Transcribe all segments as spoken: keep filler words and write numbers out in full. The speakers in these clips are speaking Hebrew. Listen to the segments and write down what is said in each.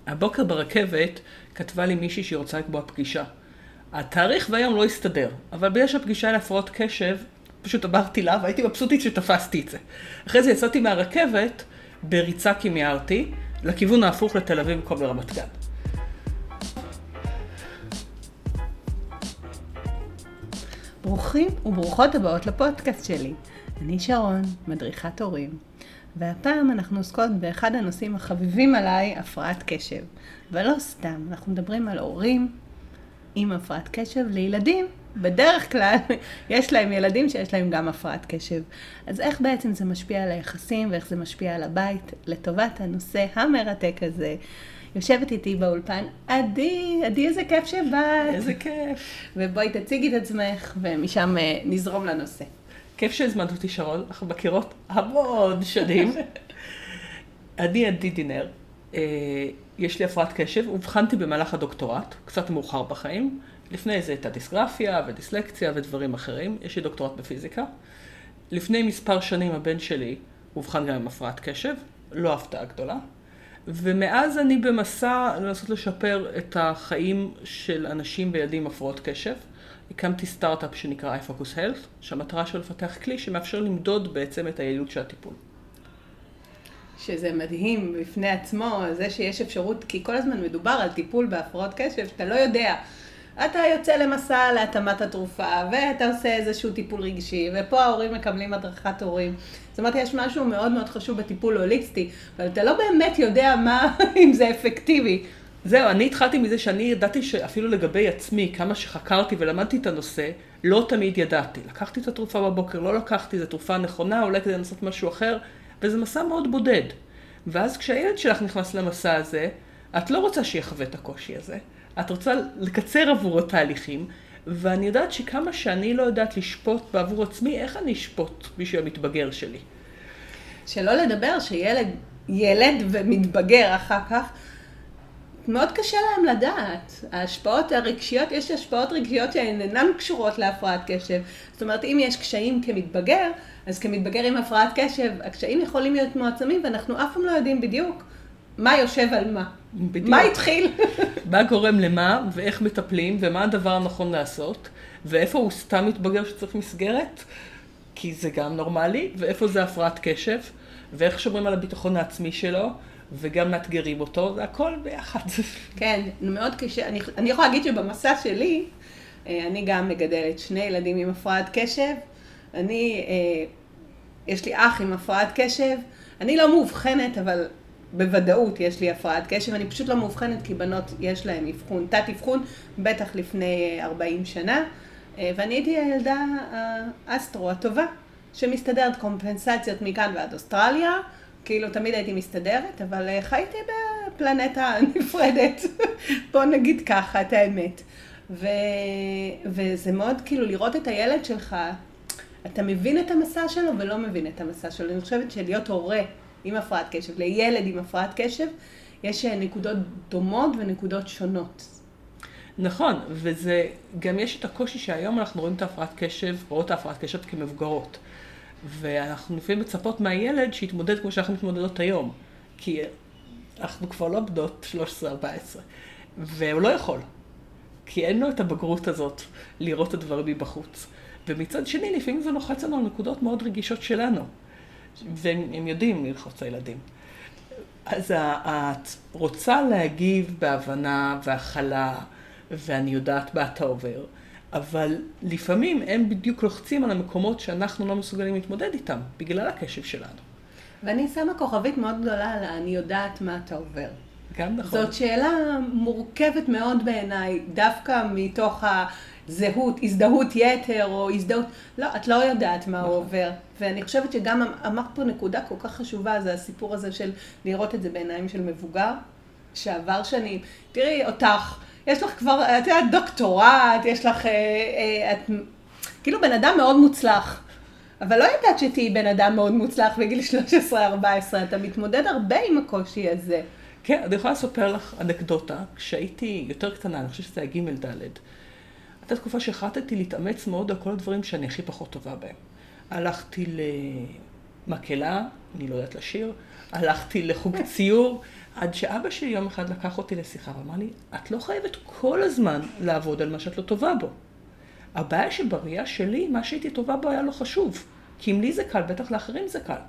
הבוקר ברכבת כתבה לי מישהי שהיא רוצה לקבוע פגישה. התאריך והיום לא הסתדר, אבל בגלל שהפגישה על הפרעות קשב, פשוט עברתי לה והייתי מבסוטית שתפסתי את זה. אחרי זה יצאתי מהרכבת, בריצה כימיירתי, לכיוון ההפוך לתל אביב במקום לרמת גן. ברוכים וברוכות הבאות לפודקאסט שלי. אני שרון, מדריכת הורים. והפעם אנחנו עוסקות באחד הנושאים החביבים עליי, הפרעת קשב. ולא סתם, אנחנו מדברים על הורים עם הפרעת קשב לילדים. בדרך כלל יש להם ילדים שיש להם גם הפרעת קשב. אז איך בעצם זה משפיע על היחסים ואיך זה משפיע על הבית לטובת הנושא המרתק הזה? יושבת איתי באולפן, עדי, עדי איזה כיף שבאת. איזה כיף. ובואי תציגי את עצמך ומשם נזרום לנושא. כיף שהזמנת אותי שרון, אנחנו מכירות המון שנים. אני עדי דינר, יש לי הפרעת קשב, ובחנתי במהלך הדוקטורט, קצת מאוחר בחיים. לפני זה הייתה דיסגרפיה ודיסלקציה ודברים אחרים, יש לי דוקטורט בפיזיקה. לפני מספר שנים הבן שלי הובחן גם עם הפרעת קשב, לא הפתעה גדולה. ומאז אני במסע לנסות לשפר את החיים של אנשים וילדים עם הפרעות קשב. הקמתי סטארט-אפ שנקרא iFocus Health, שהמטרה שלו לפתח כלי שמאפשר למדוד בעצם את היעילות של הטיפול. שזה מדהים בפני עצמו, זה שיש אפשרות, כי כל הזמן מדובר על טיפול בהפרעות קשב, שאתה לא יודע. אתה יוצא למסע להתאמת התרופה, ואתה עושה איזשהו טיפול רגשי, ופה ההורים מקבלים הדרכת הורים. זאת אומרת, יש משהו מאוד מאוד חשוב בטיפול הוליסטי, אבל אתה לא באמת יודע מה, אם זה אפקטיבי. זהו, אני התחלתי מזה שאני ידעתי שאפילו לגבי עצמי, כמה שחקרתי ולמדתי את הנושא, לא תמיד ידעתי. לקחתי את התרופה בבוקר, לא לקחתי, זו תרופה נכונה, אולי כדי לנסות משהו אחר, וזה מסע מאוד בודד. ואז כשהילד שלך נכנס למסע הזה, את לא רוצה שיחווה את הקושי הזה. את רוצה לקצר עבור התהליכים, ואני יודעת שכמה שאני לא יודעת לשפוט בעבור עצמי, איך אני אשפוט בשביל המתבגר שלי? שלא לדבר שילד ילד ומתבגר אחר כך, מאוד קשה להם לדעת. ההשפעות הרגשיות, יש השפעות רגשיות שהן אינן קשורות להפרעת קשב. זאת אומרת, אם יש קשיים כמתבגר, אז כמתבגר עם הפרעת קשב, הקשיים יכולים להיות מועצמים, ואנחנו אף פעם לא יודעים בדיוק מה יושב על מה. בדיוק. מה התחיל? מה גורם למה, ואיך מטפלים, ומה הדבר הנכון לעשות, ואיפה הוא סתם מתבגר שצריך מסגרת, כי זה גם נורמלי, ואיפה זה הפרעת קשב, ואיך שומרים על הביטחון העצמי שלו, וגם מאתגרים אותו, זה הכל ביחד. כן, מאוד קשה. אני, אני יכולה להגיד שבמסע שלי, אני גם מגדלת שני ילדים עם הפרעת קשב. אני, יש לי אח עם הפרעת קשב. אני לא מאובחנת, אבל בוודאות יש לי הפרעת קשב. אני פשוט לא מאובחנת כי בנות יש להן אבחון, תת אבחון, בטח לפני ארבעים שנה. ואני הייתי הילדה האסטרו הטובה, שמסתדרת קומפנסציות מכאן ועד אוסטרליה. כאילו תמיד הייתי מסתדרת, אבל חייתי בפלנטה נפרדת. בוא נגיד ככה, את האמת. ו... וזה מאוד כאילו לראות את הילד שלך, אתה מבין את המסע שלו ולא מבין את המסע שלו. אני חושבת שלהיות הורה עם הפרעת קשב, לילד עם הפרעת קשב, יש נקודות דומות ונקודות שונות. נכון, וזה גם יש את הקושי שהיום אנחנו רואים את ההפרעת קשב, רואות את ההפרעת קשב כמבוגרות. ואנחנו לפעמים מצפות מהילד שיתמודד כמו שאנחנו מתמודדות היום. כי אנחנו כבר לא בנות שלוש עשרה ארבע עשרה. והוא לא יכול. כי אין לו את הבגרות הזאת לראות את הדברים מבחוץ. ומצד שני, לפעמים זה לוחץ לנו נקודות מאוד רגישות שלנו. והם יודעים ללחוץ הילדים. אז את רוצה להגיב בהבנה והכלה, ואני יודעת מה אתה עובר. אבל לפעמים הם בדיוק לוחצים על המקומות שאנחנו לא מסוגלים להתמודד איתם, בגלל הקשב שלנו. ואני שמה כוכבית מאוד גדולה על אני יודעת מה אתה עובר. גם נכון. זאת שאלה מורכבת מאוד בעיניי, דווקא מתוך הזהות, הזדהות יתר או הזדהות, לא, את לא יודעת מה נכון. הוא עובר. ואני חושבת שגם אמרת פה נקודה כל כך חשובה, זה הסיפור הזה של לראות את זה בעיניים של מבוגר, שעבר שנים. תראי אותך, יש לך כבר, את יודעת, דוקטורט, יש לך, את, כאילו בן אדם מאוד מוצלח. אבל לא יודעת שתהי בן אדם מאוד מוצלח בגיל שלוש עשרה ארבע עשרה, אתה מתמודד הרבה עם הקושי הזה. כן, אני יכולה לספר לך אנקדוטה, כשהייתי יותר קטנה, אני חושבת שזה היה ג' ד', הייתה תקופה שהחלטתי להתאמץ מאוד על כל הדברים שאני הכי פחות טובה בהם. הלכתי מקהלה, אני לא יודעת לשיר, הלכתי לחוג ציור, עד שאבא שלי יום אחד לקח אותי לשיחה ואמר לי, את לא חייבת כל הזמן לעבוד על מה שאת לא טובה בו. הבעיה שבראייה שלי, מה שהייתי טובה בו היה לא חשוב. כי אם לי זה קל, בטח לאחרים זה קל.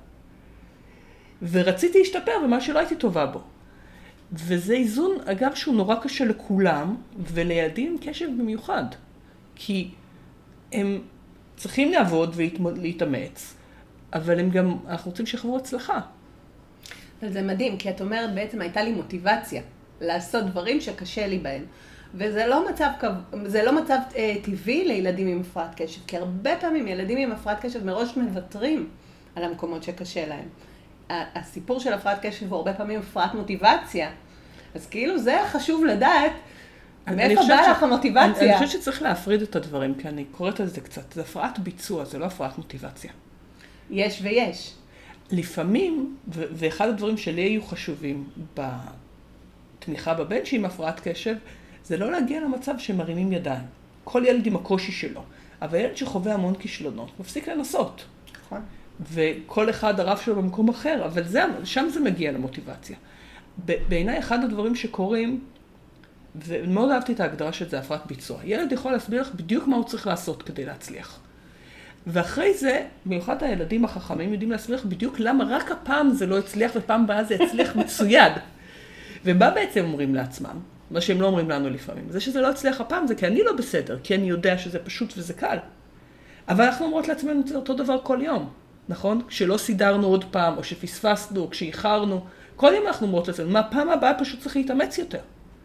ורציתי להשתפר במה שלא הייתי טובה בו. וזה איזון, אגב, שהוא נורא קשה לכולם, ולילדים עם קשב במיוחד. כי הם צריכים לעבוד ולהתאמץ, אבל הם גם, אנחנו רוצים שיחוו הצלחה. זה מדהים, כי את אומרת, בעצם הייתה לי מוטיבציה לעשות דברים שקשה לי בהם. וזה לא מצב, זה לא מצב אה, טבעי לילדים עם הפרעת קשב, כי הרבה פעמים ילדים עם הפרעת קשב מראש מוותרים על המקומות שקשה להם. הסיפור של הפרעת קשב הוא הרבה פעמים הפרעת מוטיבציה. אז כאילו זה חשוב לדעת, מאיפה באה לך המוטיבציה? אני, אני חושבת שצריך להפריד את הדברים, כי אני קוראת על זה קצת. זה הפרעת ביצוע, זה לא הפרעת מוטיבציה. יש ויש. לפעמים, ו- ואחד הדברים שלי היו חשובים בתמיכה בבן שעם הפרעת קשב, זה לא להגיע למצב שמרימים ידיים. כל ילד עם הקושי שלו. אבל ילד שחווה המון כישלונות, מפסיק לנסות. נכון. וכל אחד הרב שלו במקום אחר, אבל זה, שם זה מגיע למוטיבציה. בעיניי אחד הדברים שקורים, ומאוד אהבתי את ההגדרה של זה, הפרעת ביצוע. ילד יכול להסביר לך בדיוק מה הוא צריך לעשות כדי להצליח. ואחרי זה, במיוחד הילדים החכמים יודעים להסביר לך בדיוק למה רק הפעם זה לא הצליח ופעם הבאה זה הצליח מצויד. ומה בעצם אומרים לעצמם? מה שהם לא אומרים לנו לפעמים. זה שזה לא הצליח הפעם זה כי אני לא בסדר, כי אני יודע שזה פשוט וזה קל. אבל אנחנו אומרות לעצמנו את אותו דבר כל יום, נכון? כשלא סידרנו עוד פעם, או שפספסנו, או כשאיחרנו, כל יום אנחנו אומרות לעצמנו, מה פעם הבאה פשוט צריך להתאמץ יותר.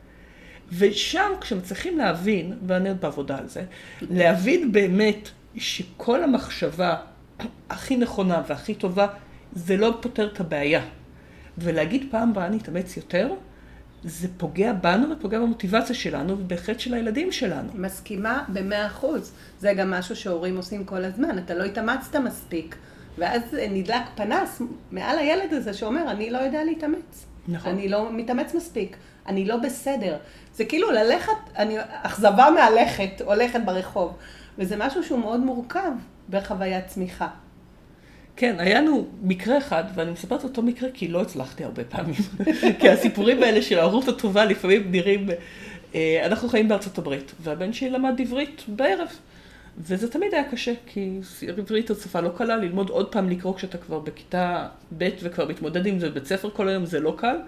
ושם כשמצליחים להבין, ואני עוד בעבודה על זה, להבין באמת שכל המחשבה הכי נכונה והכי טובה, זה לא פותר את הבעיה. ולהגיד פעם הבאה נתאמץ יותר, זה פוגע בנו ופוגע במוטיבציה שלנו, ובהחלט של הילדים שלנו. מסכימה במאה אחוז. זה גם משהו שהורים עושים כל הזמן. אתה לא התאמצת מספיק. ואז נדלק פנס מעל הילד הזה שאומר, אני לא יודע להתאמץ. נכון. אני לא מתאמץ מספיק. אני לא בסדר. זה כאילו ללכת, אני אכזבה מהלכת, הולכת ברחוב. וזה משהו שהוא מאוד מורכב בחוויית צמיחה. כן, היה לנו מקרה אחד, ואני מספרת אותו מקרה כי לא הצלחתי הרבה פעמים. כי הסיפורים האלה של ההורות הטובה לפעמים נראים, אנחנו חיים בארצות הברית, והבן שלי למד עברית בערב. וזה תמיד היה קשה, כי עברית זו שפה לא קלה, ללמוד עוד פעם לקרוא כשאתה כבר בכיתה ב' וכבר מתמודד עם זה בבית ספר כל היום, זה לא קל.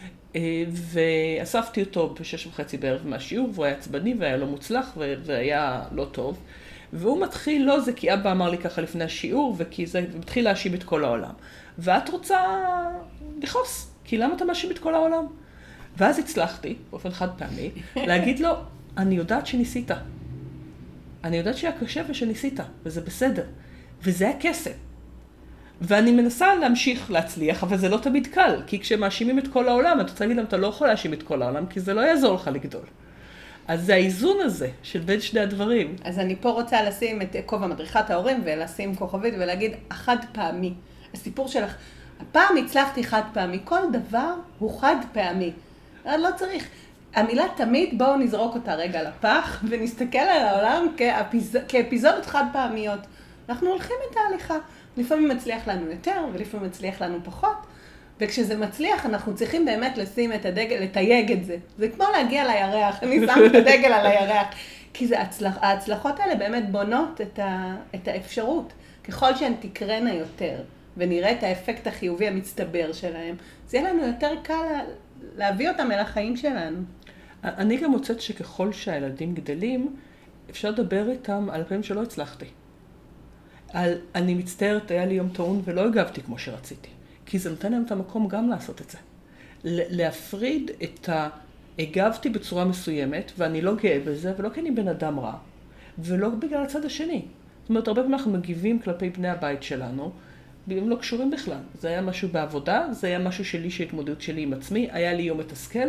ואספתי אותו בשש וחצי בערב מהשיעור, והוא היה עצבני והיה לא מוצלח והיה לא טוב. והוא מתחיל, לא זה כי אבא אמר לי ככה לפני השיעור, וכי זה מתחיל להאשים את כל העולם. ואת רוצה לכעוס, כי למה אתה מאשים את כל העולם? ואז הצלחתי, באופן חד פעמי, להגיד לו, אני יודעת שניסית. אני יודעת שהיה קשה ושניסית, וזה בסדר. וזה היה קסם. ואני מנסה להמשיך להצליח, אבל זה לא תמיד קל, כי כשמאשימים את כל העולם, אתה רוצה להגיד להם, אתה לא יכול להאשים את כל העולם, כי זה לא יעזור לך לגדול. אז זה האיזון הזה של בין שני הדברים. אז אני פה רוצה לשים את כובע מדריכת ההורים ולשים כוכבית ולהגיד, החד פעמי. הסיפור שלך, הפעם הצלחתי חד פעמי, כל דבר הוא חד פעמי. לא צריך. המילה תמיד, בואו נזרוק אותה רגע לפח ונסתכל על העולם כאפיז... כאפיזודות חד פעמיות. אנחנו הולכים את ההליכה. לפעמים מצליח לנו יותר ולפעמים מצליח לנו פחות. וכשזה מצליח, אנחנו צריכים באמת לשים את הדגל, לתייג את זה. זה כמו להגיע לירח, אני שם את הדגל על הירח. כי זה הצלח, ההצלחות האלה באמת בונות את, ה, את האפשרות. ככל שהן תקרנה יותר, ונראה את האפקט החיובי המצטבר שלהם, זה יהיה לנו יותר קל להביא אותם אל החיים שלנו. אני גם מוצאת שככל שהילדים גדלים, אפשר לדבר איתם על הפעמים שלא הצלחתי. על, אני מצטערת, היה לי יום טעון ולא הגבתי כמו שרציתי. כי זה נותן להם את המקום גם לעשות את זה. להפריד את ה... הגבתי בצורה מסוימת, ואני לא גאה בזה, ולא כי אני בן אדם רע, ולא בגלל הצד השני. זאת אומרת, הרבה פעמים אנחנו מגיבים כלפי בני הבית שלנו, והם לא קשורים בכלל. זה היה משהו בעבודה, זה היה משהו שלי, שהתמודדות שלי עם עצמי, היה לי יום מתסכל,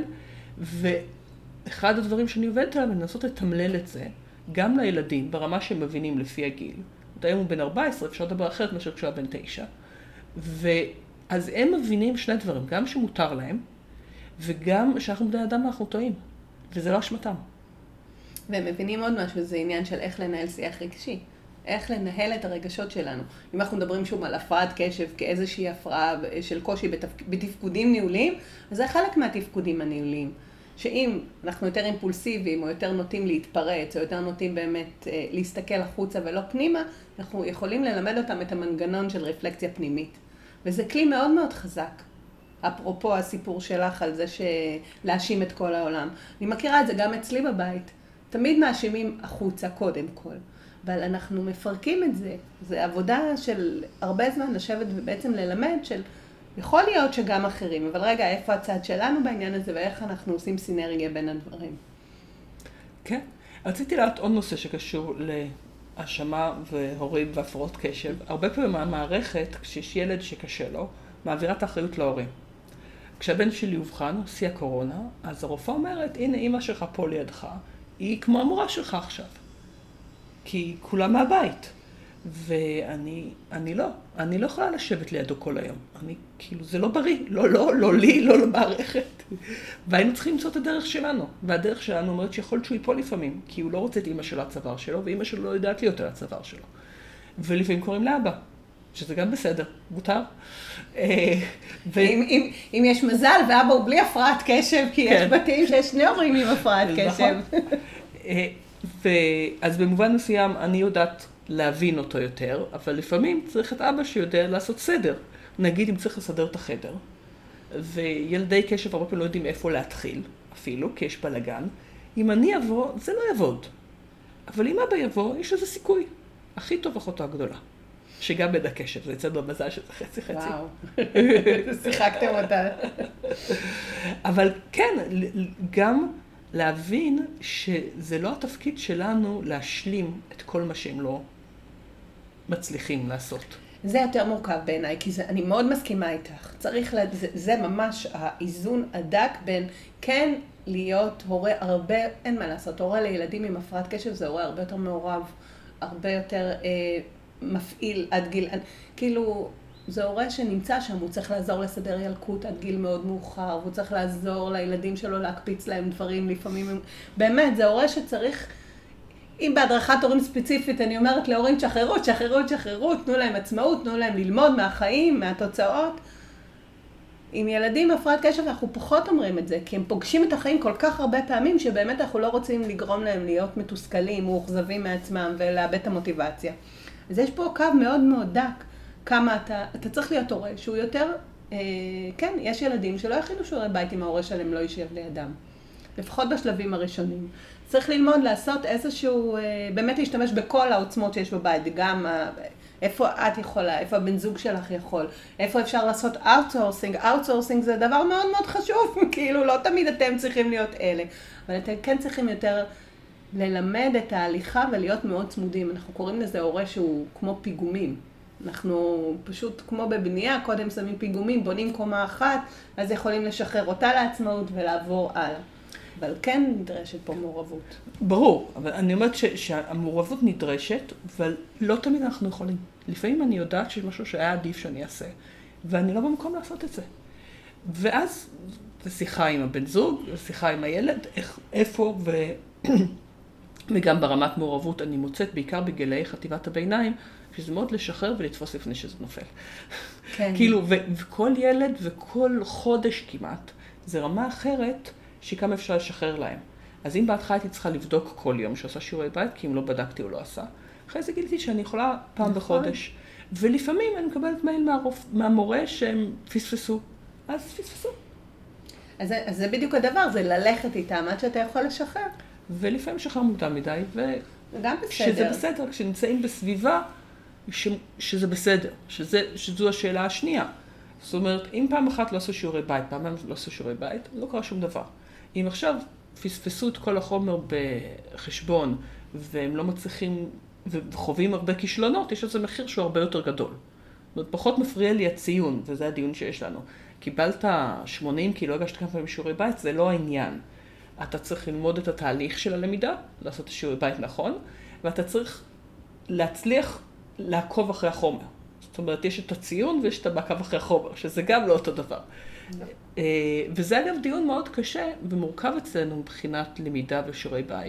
ואחד הדברים שאני עובדת עליו, אני לנסות לתמלל את זה, גם לילדים, ברמה שהם מבינים לפי הגיל. היום הוא בן ארבע עשרה, אפשר לדבר אחרת מאשר כשהוא בן תשע. ו... אז הם מבינים שני דברים, גם שמותר להם, וגם שאנחנו בני אדם ואנחנו טועים, וזה לא אשמתם. והם מבינים עוד משהו, זה עניין של איך לנהל שיח רגשי. איך לנהל את הרגשות שלנו. אם אנחנו מדברים שוב על הפרעת קשב כאיזושהי הפרעה של קושי בתפק... בתפקודים ניהוליים, אז זה חלק מהתפקודים הניהוליים. שאם אנחנו יותר אימפולסיביים, או יותר נוטים להתפרץ, או יותר נוטים באמת אה, להסתכל החוצה ולא פנימה, אנחנו יכולים ללמד אותם את המנגנון של רפלקציה פנימית. וזה כלי מאוד מאוד חזק. אפרופו הסיפור שלך על זה להאשים את כל העולם. אני מכירה את זה גם אצלי בבית. תמיד מאשימים החוצה קודם כל. אבל אנחנו מפרקים את זה. זה עבודה של הרבה זמן לשבת ובעצם ללמד של יכול להיות שגם אחרים, אבל רגע, איפה הצד שלנו בעניין הזה ואיך אנחנו עושים סינרגיה בין הדברים? כן. רציתי להעלות עוד נושא שקשור להאשמה והורים והפרעות קשב. הרבה פעמים המערכת, כשיש ילד שקשה לו, מעבירה את האחריות להורים. כשהבן שלי הובחן, שיא הקורונה, אז הרופאה אומרת, הנה אמא שלך פה לידך, היא כמו המורה שלך עכשיו. כי כולה מהבית. ואני, אני לא, אני לא יכולה לשבת לידו כל היום. אני, כאילו, זה לא בריא, לא, לא, לא לי, לא למערכת. והיינו צריכים למצוא את הדרך שלנו. והדרך שלנו אומרת שיכול להיות שהוא ייפול לפעמים, כי הוא לא רוצה את אמא של הצוואר שלו, ואמא שלו לא יודעת להיות על הצוואר שלו. ולפעמים קוראים לאבא, שזה גם בסדר, מותר. ו... אם, אם, אם יש מזל, ואבא הוא בלי הפרעת קשב, כי כן. יש בתים שיש שני הורים עם הפרעת קשב. ואז במובן מסוים אני יודעת להבין אותו יותר, אבל לפעמים צריך את אבא שיודע לעשות סדר. נגיד אם צריך לסדר את החדר, וילדי קשב הרבה פעמים לא יודעים איפה להתחיל, אפילו, כי יש בלגן. אם אני אבוא, זה לא יעבוד. אבל אם אבא יבוא, יש לזה סיכוי. הכי טוב אחותו הגדולה. שגם בן הקשב, זה יצא במזל שזה חצי חצי. וואו, שיחקתם אותה. אבל כן, גם להבין שזה לא התפקיד שלנו להשלים את כל מה שהם לא מצליחים לעשות. זה יותר מורכב בעיניי, כי זה, אני מאוד מסכימה איתך. צריך, לה, זה, זה ממש האיזון הדק בין כן להיות הורה הרבה, אין מה לעשות, הורה לילדים עם הפרעת קשב זה הורה הרבה יותר מעורב, הרבה יותר אה, מפעיל עד גיל, כאילו זה הורה שנמצא שם, הוא צריך לעזור לסדר ילקוט עד גיל מאוד מאוחר, והוא צריך לעזור לילדים שלו להקפיץ להם דברים לפעמים, באמת זה הורה שצריך, אם בהדרכת הורים ספציפית אני אומרת להורים תשחררו, תשחררו, תשחררו, תנו להם עצמאות, תנו להם ללמוד מהחיים, מהתוצאות. עם ילדים הפרעת קשב אנחנו פחות אומרים את זה, כי הם פוגשים את החיים כל כך הרבה פעמים שבאמת אנחנו לא רוצים לגרום להם להיות מתוסכלים, מאוכזבים מעצמם ולאבד את המוטיבציה. אז יש פה קו מאוד מאוד דק, כמה אתה, אתה צריך להיות הורה שהוא יותר, אה, כן, יש ילדים שלא יכילו שיעורי בית עם ההורה שלהם לא יישב לידם, לפחות בשלבים הראשונים. צריך ללמוד לעשות איזשהו, אה, באמת להשתמש בכל העוצמות שיש בבית, גם אה, איפה את יכולה, איפה הבן זוג שלך יכול, איפה אפשר לעשות outsourcing, outsourcing זה דבר מאוד מאוד חשוב, כאילו לא תמיד אתם צריכים להיות אלה, אבל אתם כן צריכים יותר ללמד את ההליכה ולהיות מאוד צמודים. אנחנו קוראים לזה הורה שהוא כמו פיגומים. אנחנו פשוט כמו בבנייה, קודם שמים פיגומים, בונים קומה אחת, אז יכולים לשחרר אותה לעצמאות ולעבור הלאה. אבל כן נדרשת פה מעורבות. ברור, אבל אני אומרת ש- שהמעורבות נדרשת, אבל לא תמיד אנחנו יכולים. לפעמים אני יודעת שיש משהו שהיה עדיף שאני אעשה, ואני לא במקום לעשות את זה. ואז זה שיחה עם הבן זוג, שיחה עם הילד, איך, איפה ו... וגם ברמת מעורבות אני מוצאת, בעיקר בגילאי חטיבת הביניים, שזה מאוד לשחרר ולתפוס לפני שזה נופל. כן. כאילו, ו- וכל ילד וכל חודש כמעט, זה רמה אחרת שכמה אפשר לשחרר להם. אז אם בהתחלה הייתי צריכה לבדוק כל יום שעושה שיעורי בית, כי אם לא בדקתי או לא עשה, אחרי זה גיליתי שאני יכולה פעם נכון. בחודש. ולפעמים אני מקבלת מייל מהרופ... מהמורה שהם פספסו. אז פספסו. אז זה, אז זה בדיוק הדבר, זה ללכת איתם עד שאתה יכול לשחרר. ולפעמים שחרר מוקדם מדי, ו... גם בסדר. שזה בסדר, כשנמצאים בסביבה, ש... שזה בסדר, שזה... שזו השאלה השנייה. זאת אומרת, אם פעם אחת לא עשו שיעורי בית, פעם לא עשו שיעורי בית, לא קרה שום דבר. אם עכשיו פספסו את כל החומר בחשבון, והם לא מצליחים, וחווים הרבה כישלונות, יש לזה מחיר שהוא הרבה יותר גדול. זאת אומרת, פחות מפריע לי הציון, וזה הדיון שיש לנו. קיבלת שמונים כי לא הגשת כמה פעמים שיעורי בית, זה לא העניין. אתה צריך ללמוד את התהליך של הלמידה, לעשות שיעורי בית נכון, ואתה צריך להצליח לעקוב אחרי החומר. זאת אומרת, יש את הציון ויש את המעקב אחרי החומר, שזה גם לא אותו דבר. וזה אגב דיון מאוד קשה ומורכב אצלנו מבחינת למידה ושיעורי בית,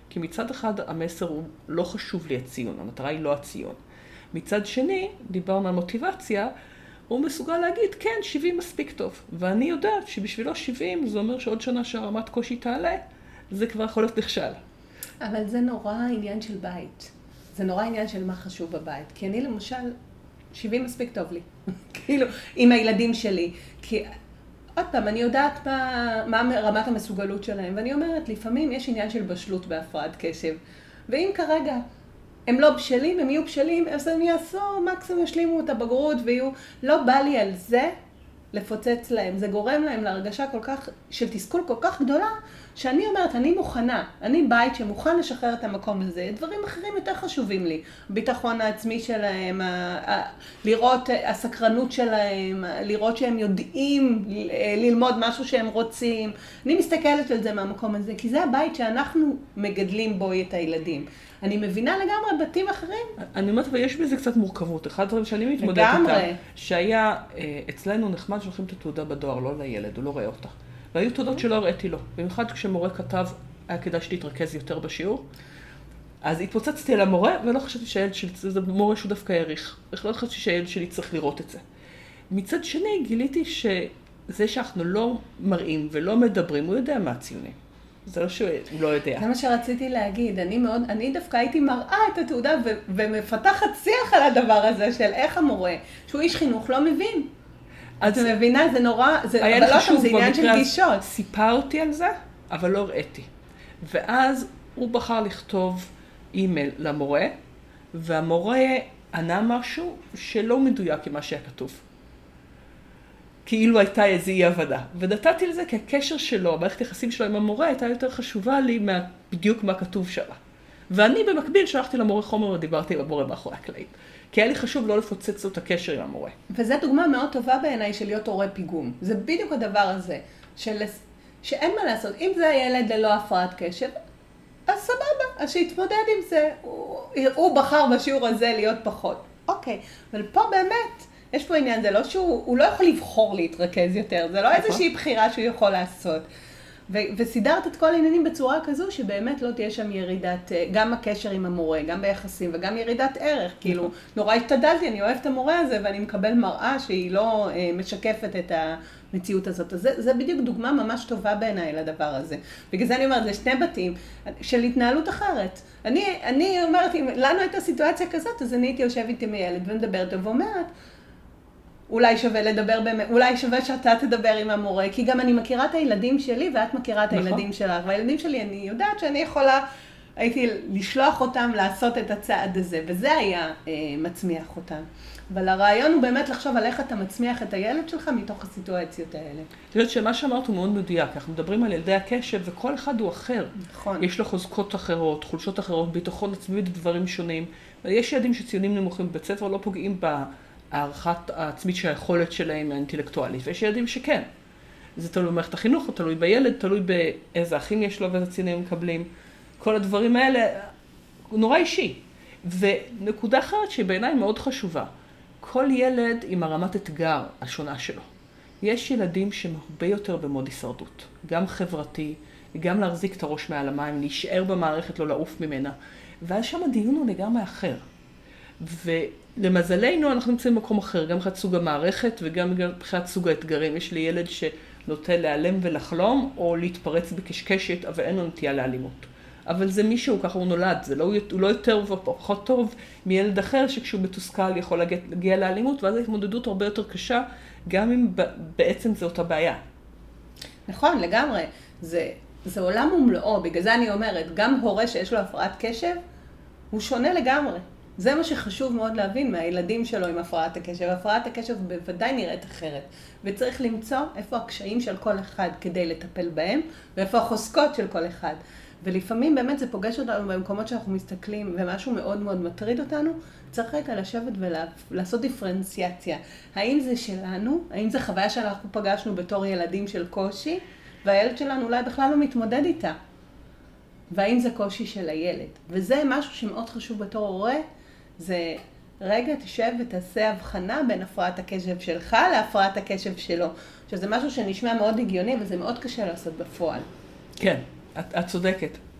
כי מצד אחד המסר הוא לא חשוב לי הציון, המטרה היא לא הציון. מצד שני, דיברנו על מוטיבציה, הוא מסוגל להגיד, כן, שבעים מספיק טוב. ואני יודעת שבשבילו שבעים, זה אומר שעוד שנה שהרמת קושי תעלה, זה כבר יכול להיות נכשל. אבל זה נורא עניין של בית. זה נורא עניין של מה חשוב בבית. כי אני למשל, שבעים מספיק טוב לי. כאילו, עם הילדים שלי. כי עוד פעם, אני יודעת מה, מה רמת המסוגלות שלהם. ואני אומרת, לפעמים יש עניין של בשלות בהפרעת קשב. ואם כרגע הם לא בשלים, הם יהיו בשלים, אז הם יעשו, מקסימום ישלימו את הבגרות ויהיו, לא בא לי על זה לפוצץ להם. זה גורם להם להרגשה כל כך, של תסכול כל כך גדולה, שאני אומרת, אני מוכנה, אני בית שמוכן לשחרר את המקום הזה. דברים אחרים יותר חשובים לי. הביטחון העצמי שלהם, ה- ה- לראות הסקרנות שלהם, לראות שהם יודעים ללמוד משהו שהם רוצים. אני מסתכלת על זה מהמקום הזה, כי זה הבית שאנחנו מגדלים בו את הילדים. אני מבינה לגמרי בתים אחרים. אני אומרת, ויש בזה קצת מורכבות. אחד הדברים שאני מתמודדת איתה, שהיה אצלנו נחמד שולחים את התעודה בדואר, לא לילד, הוא לא רואה אותה. והיו תעודות שלא הראיתי לו. במיוחד כשמורה כתב, היה כדאי שתתרכז יותר בשיעור. אז התפוצצתי על המורה, ולא חשבתי שהילד שלי, זה מורה שהוא דווקא העריך. לא חשבתי שהילד שלי צריך לראות את זה. מצד שני, גיליתי שזה שאנחנו לא מראים ולא מדברים, הוא יודע מה הציונים. זה לא שהוא לא יודע. זה מה שרציתי להגיד. אני מאוד, אני דווקא הייתי מראה את התעודה ו- ומפתחת שיח על הדבר הזה של איך המורה, שהוא איש חינוך, לא מבין. את מבינה, זה נורא, זה, אבל לא שם, זה עניין של גישות. סיפרתי על זה, אבל לא ראיתי. ואז הוא בחר לכתוב אימייל למורה, והמורה ענה משהו שלא מדויק עם מה שהיה כתוב. כאילו הייתה איזו אי עבודה. ונתתי לזה כי הקשר שלו, המערכת היחסים שלו עם המורה, הייתה יותר חשובה לי מה, בדיוק מה כתוב שלה. ואני במקביל שלחתי למורה חומר ודיברתי עם המורה מאחורי הקלעים. כי היה לי חשוב לא לפוצץ את הקשר עם המורה. וזו דוגמה מאוד טובה בעיניי של להיות הורה פיגום. זה בדיוק הדבר הזה, של, שאין מה לעשות. אם זה הילד ללא הפרעת קשב, אז סבבה, אז שיתמודד עם זה. הוא, הוא בחר בשיעור הזה להיות פחות. אוקיי, אבל פה באמת, יש פה עניין, זה לא שהוא לא יכול לבחור להתרכז יותר, זה לא איזושהי בחירה שהוא יכול לעשות. ו- וסידרת את כל העניינים בצורה כזו שבאמת לא תהיה שם ירידת, גם הקשר עם המורה, גם ביחסים וגם ירידת ערך. כאילו, נורא השתדלתי, אני אוהבת את המורה הזה ואני מקבל מראה שהיא לא אה, משקפת את המציאות הזאת. אז זה, זה בדיוק דוגמה ממש טובה בעיניי לדבר הזה. בגלל זה אני אומרת, זה שני בתים של התנהלות אחרת. אני, אני אומרת, אם לנו הייתה סיטואציה כזאת, אז אני הייתי יושבת עם הילד ומדברת ואומרת, אולי שווה לדבר באמת, אולי שווה שאתה תדבר עם המורה, כי גם אני מכירה את הילדים שלי ואת מכירה את הילדים שלך. והילדים שלי, אני יודעת שאני יכולה, הייתי לשלוח אותם לעשות את הצעד הזה, וזה היה אה, מצמיח אותם. אבל הרעיון הוא באמת לחשוב על איך אתה מצמיח את הילד שלך מתוך הסיטואציות האלה. זאת אומרת שמה שאמרת הוא מאוד מדויק, אנחנו מדברים על ילדי הקשב וכל אחד הוא אחר. נכון. יש לו חוזקות אחרות, חולשות אחרות, ביטחון עצמי ודברים שונים. יש ילדים שציונים נמוכים בבית ספר לא פוגעים בה. הערכת העצמית של היכולת שלהם האינטלקטואלית, ויש ילדים שכן. זה תלוי במערכת החינוך, תלוי בילד, תלוי באיזה אחים יש לו ואיזה ציונים מקבלים. כל הדברים האלה, נורא אישי. ונקודה אחרת שבעיניי מאוד חשובה, כל ילד עם הרמת אתגר השונה שלו. יש ילדים שהם הרבה יותר במוד הישרדות, גם חברתי, גם להחזיק את הראש מעל המים, להישאר במערכת, לא לעוף ממנה. ואז שם הדיון הוא לגמרי אחר. ולמזלנו אנחנו נמצאים במקום אחר, גם מבחינת סוג המערכת וגם מבחינת סוג האתגרים. יש לי ילד שנוטה להיעלם ולחלום או להתפרץ בקשקשת, אבל אין לו נטייה לאלימות. אבל זה מישהו, ככה הוא נולד, זה לא, הוא לא יותר ופחות טוב מילד אחר שכשהוא מתוסכל יכול להגיע, להגיע לאלימות, ואז ההתמודדות הרבה יותר קשה, גם אם בעצם זה אותה בעיה. נכון, לגמרי. זה, זה עולם ומלואו, בגלל זה אני אומרת, גם הורה שיש לו הפרעת קשב, הוא שונה לגמרי. זה מה שחשוב מאוד להבין מהילדים שלו עם הפרעת הקשב. הפרעת הקשב בוודאי נראית אחרת, וצריך למצוא איפה הקשיים של כל אחד כדי לטפל בהם, ואיפה החוזקות של כל אחד. ולפעמים באמת זה פוגש אותנו במקומות שאנחנו מסתכלים, ומשהו מאוד מאוד מטריד אותנו, צריך רגע לשבת ולעשות דיפרנציאציה. האם זה שלנו? האם זה חוויה שאנחנו פגשנו בתור ילדים של קושי, והילד שלנו אולי בכלל לא מתמודד איתה? והאם זה קושי של הילד? וזה משהו שמאוד חשוב בתור הורה, זה רגע תשב ותעשה הבחנה בין הפרעת הקשב שלך להפרעת הקשב שלו. שזה משהו שנשמע מאוד הגיוני, וזה מאוד קשה לעשות בפועל. כן, את, את צודקת.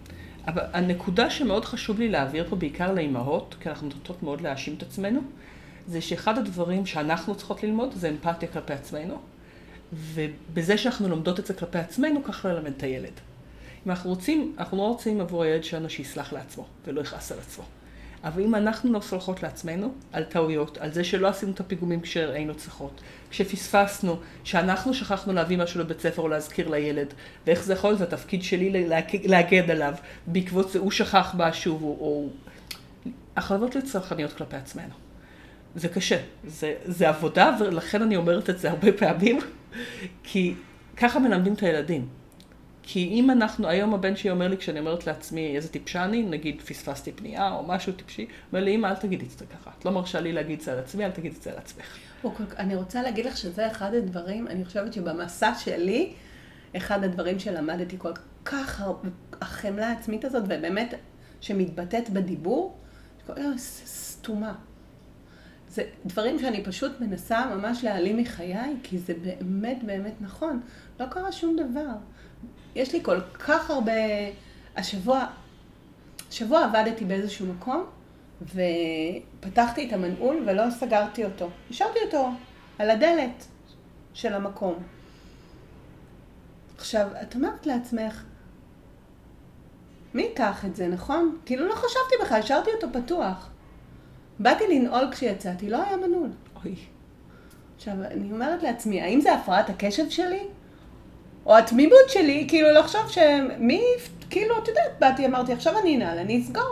אבל הנקודה שמאוד חשוב לי להעביר פה, בעיקר לאימהות, כי אנחנו נוטות מאוד להאשים את עצמנו, זה שאחד הדברים שאנחנו צריכות ללמוד, זה אמפתיה כלפי עצמנו, ובזה שאנחנו לומדות את זה כלפי עצמנו, ככה ללמד את הילד. אם אנחנו רוצים, אנחנו לא רוצים עבור הילד שלנו שיסלח לעצמו, ולא יכעס על עצמו. אבל אם אנחנו לא סולחות לעצמנו על טעויות, על זה שלא עשינו את הפיגומים כשהיינו צריכות, כשפספסנו, שאנחנו שכחנו להביא משהו לבית ספר או להזכיר לילד, ואיך זה יכול, זה התפקיד שלי להגד עליו, בעקבות זה הוא שכח משהו, או... החלטות לצרכניות כלפי עצמנו. זה קשה, זה, זה עבודה, ולכן אני אומרת את זה הרבה פעמים, כי ככה מלמדים את הילדים. כי אם אנחנו, היום הבן שלי אומר לי, כשאני אומרת לעצמי איזה טיפשה אני, נגיד פספסתי פנייה או משהו טיפשי, אומר לי, אמא, אל תגידי את זה ככה. את לא מרשה לי להגיד את זה על עצמי, אל תגידי את זה על עצמך. אני רוצה להגיד לך שזה אחד הדברים, אני חושבת שבמסע שלי, אחד הדברים שלמדתי כל כך, החמלה העצמית הזאת, ובאמת שמתבטאת בדיבור, סתומה. זה דברים שאני פשוט מנסה ממש להעלים מחיי, כי זה באמת באמת נכון. לא קרה שום דבר. יש לי כל כך הרבה... השבוע, שבוע עבדתי באיזשהו מקום, ופתחתי את המנעול ולא סגרתי אותו. השארתי אותו על הדלת של המקום. עכשיו, את אומרת לעצמך, מי ייקח את זה, נכון? כאילו לא חשבתי בכלל, השארתי אותו פתוח. באתי לנעול כשיצאתי, לא היה מנעול. אוי. עכשיו, אני אומרת לעצמי, האם זה הפרעת הקשב שלי? או התמימות שלי, כאילו לחשוב שמי, כאילו, את יודעת, באתי, אמרתי, עכשיו אני אנעל, אני אסגור.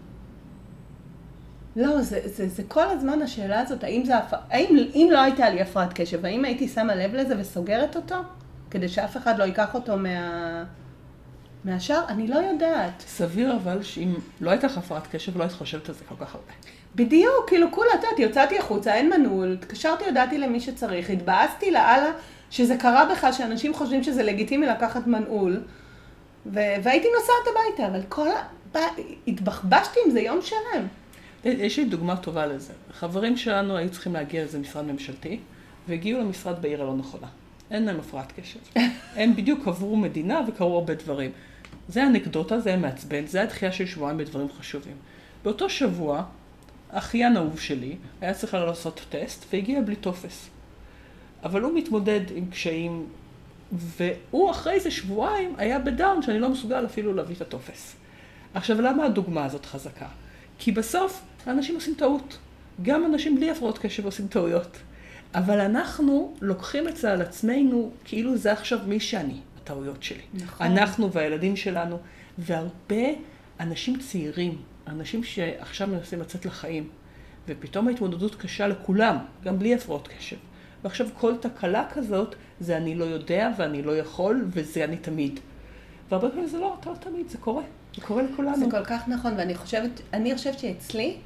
לא, זה, זה, זה כל הזמן השאלה הזאת, האם זה, האם, אם לא הייתה לי הפרעת קשב, האם הייתי שמה לב לזה וסוגרת אותו? כדי שאף אחד לא ייקח אותו מה... מהשאר? אני לא יודעת. סביר אבל שאם לא הייתה לך הפרעת קשב, לא היית חושבת על זה כל כך הרבה. בדיוק, כאילו כולה, את יודעת, יוצאתי החוצה, אין מנעול, התקשרתי, הודעתי למי שצריך, התבאסתי לאללה, שזה קרה בכלל, שאנשים חושבים שזה לגיטימי לקחת מנעול, ו- והייתי נוסעת הביתה, אבל כל ה... התבחבשתי עם זה יום שלם. יש לי דוגמה טובה לזה. חברים שלנו היו צריכים להגיע לאיזה משרד ממשלתי, והגיעו למשרד בעיר הלא נכונה. אין להם הפרעת קשב. הם בדיוק עברו מדינה וקראו הרבה דברים. זה אנקדוטה, זה מעצבן, זה התחייה של שבועיים בדברים חשובים. באותו שבוע, אחיין האהוב שלי היה צריך לעשות טסט והגיע בלי טופס. אבל הוא מתמודד עם קשיים, והוא אחרי זה שבועיים היה בדאון שאני לא מסוגל אפילו להביא את הטופס. עכשיו, למה הדוגמה הזאת חזקה? כי בסוף האנשים עושים טעות. גם אנשים בלי הפרעות קשב עושים טעויות. אבל אנחנו לוקחים את זה על עצמנו כאילו זה עכשיו מי שאני, הטעויות שלי. נכון. אנחנו והילדים שלנו, והרבה אנשים צעירים, אנשים שעכשיו מנסים לצאת לחיים, ופתאום ההתמודדות קשה לכולם, גם בלי הפרעות קשב. ועכשיו כל תקלה כזאת, זה אני לא יודע ואני לא יכול, וזה אני תמיד. והרבה פעמים זה לא, אתה לא תמיד, זה קורה. זה קורה לכולנו. זה כל כך נכון, ואני חושבת, אני חושבת שאצלי,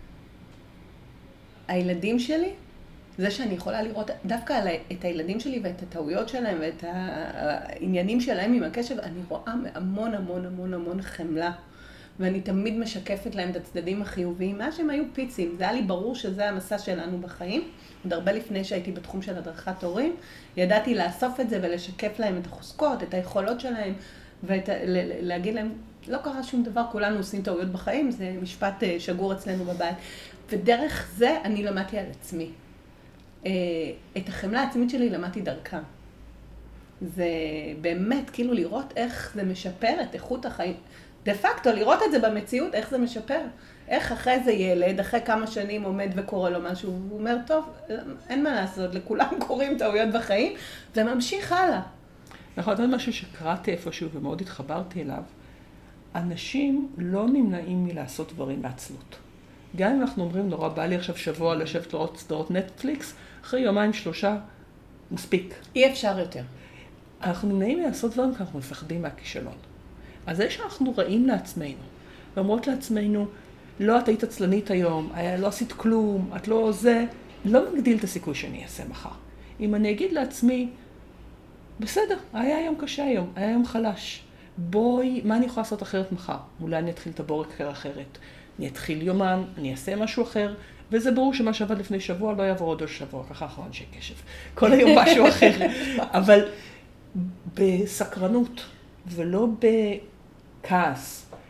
הילדים שלי, זה שאני יכולה לראות דווקא את הילדים שלי ואת הטעויות שלהם ואת העניינים שלהם עם הקשב, אני רואה המון המון המון המון חמלה. ואני תמיד משקפת להם את הצדדים החיוביים. מה שהם היו פיצים, זה היה לי ברור שזה המסע שלנו בחיים. עוד הרבה לפני שהייתי בתחום של הדרכת הורים, ידעתי לאסוף את זה ולשקף להם את החוזקות, את היכולות שלהם, ולהגיד להם, לא קרה שום דבר, כולנו עושים טעויות בחיים, זה משפט שגור אצלנו בבית. ודרך זה אני למדתי על עצמי. את החמלה העצמית שלי למדתי דרכם. זה באמת כאילו לראות איך זה משפר את איכות החיים. דה פקטו, לראות את זה במציאות, איך זה משפר. איך אחרי זה ילד, אחרי כמה שנים עומד וקורא לו משהו, הוא אומר, טוב, אין מה לעשות, לכולם קוראים טעויות בחיים, וממשיך הלאה. נכון, עוד משהו שקראתי איפשהו ומאוד התחברתי אליו, אנשים לא נמנעים מלעשות דברים מעצלות. גם אם אנחנו אומרים, נורא בא לי עכשיו שבוע לשבת לראות סדרות נטפליקס, אחרי יומיים שלושה, מספיק. אי אפשר יותר. אנחנו נמנעים לעשות דברים כי אנחנו מפחדים מהכישלון. אז זה שאנחנו רעים לעצמנו, ואומרות לעצמנו, לא, את היית עצלנית היום, לא עשית כלום, את לא זה, לא מגדיל את הסיכוי שאני אעשה מחר. אם אני אגיד לעצמי, בסדר, היה יום קשה היום, היה יום חלש, בואי, מה אני יכולה לעשות אחרת מחר? אולי אני אתחיל את הבורק אחרת, אני אתחיל יומן, אני אעשה משהו אחר, וזה ברור שמה שעבד לפני שבוע לא יעבור עוד שבוע, ככה אחרון אנשי קשב, כל היום משהו אחר, אבל בסקרנות ולא בכעס,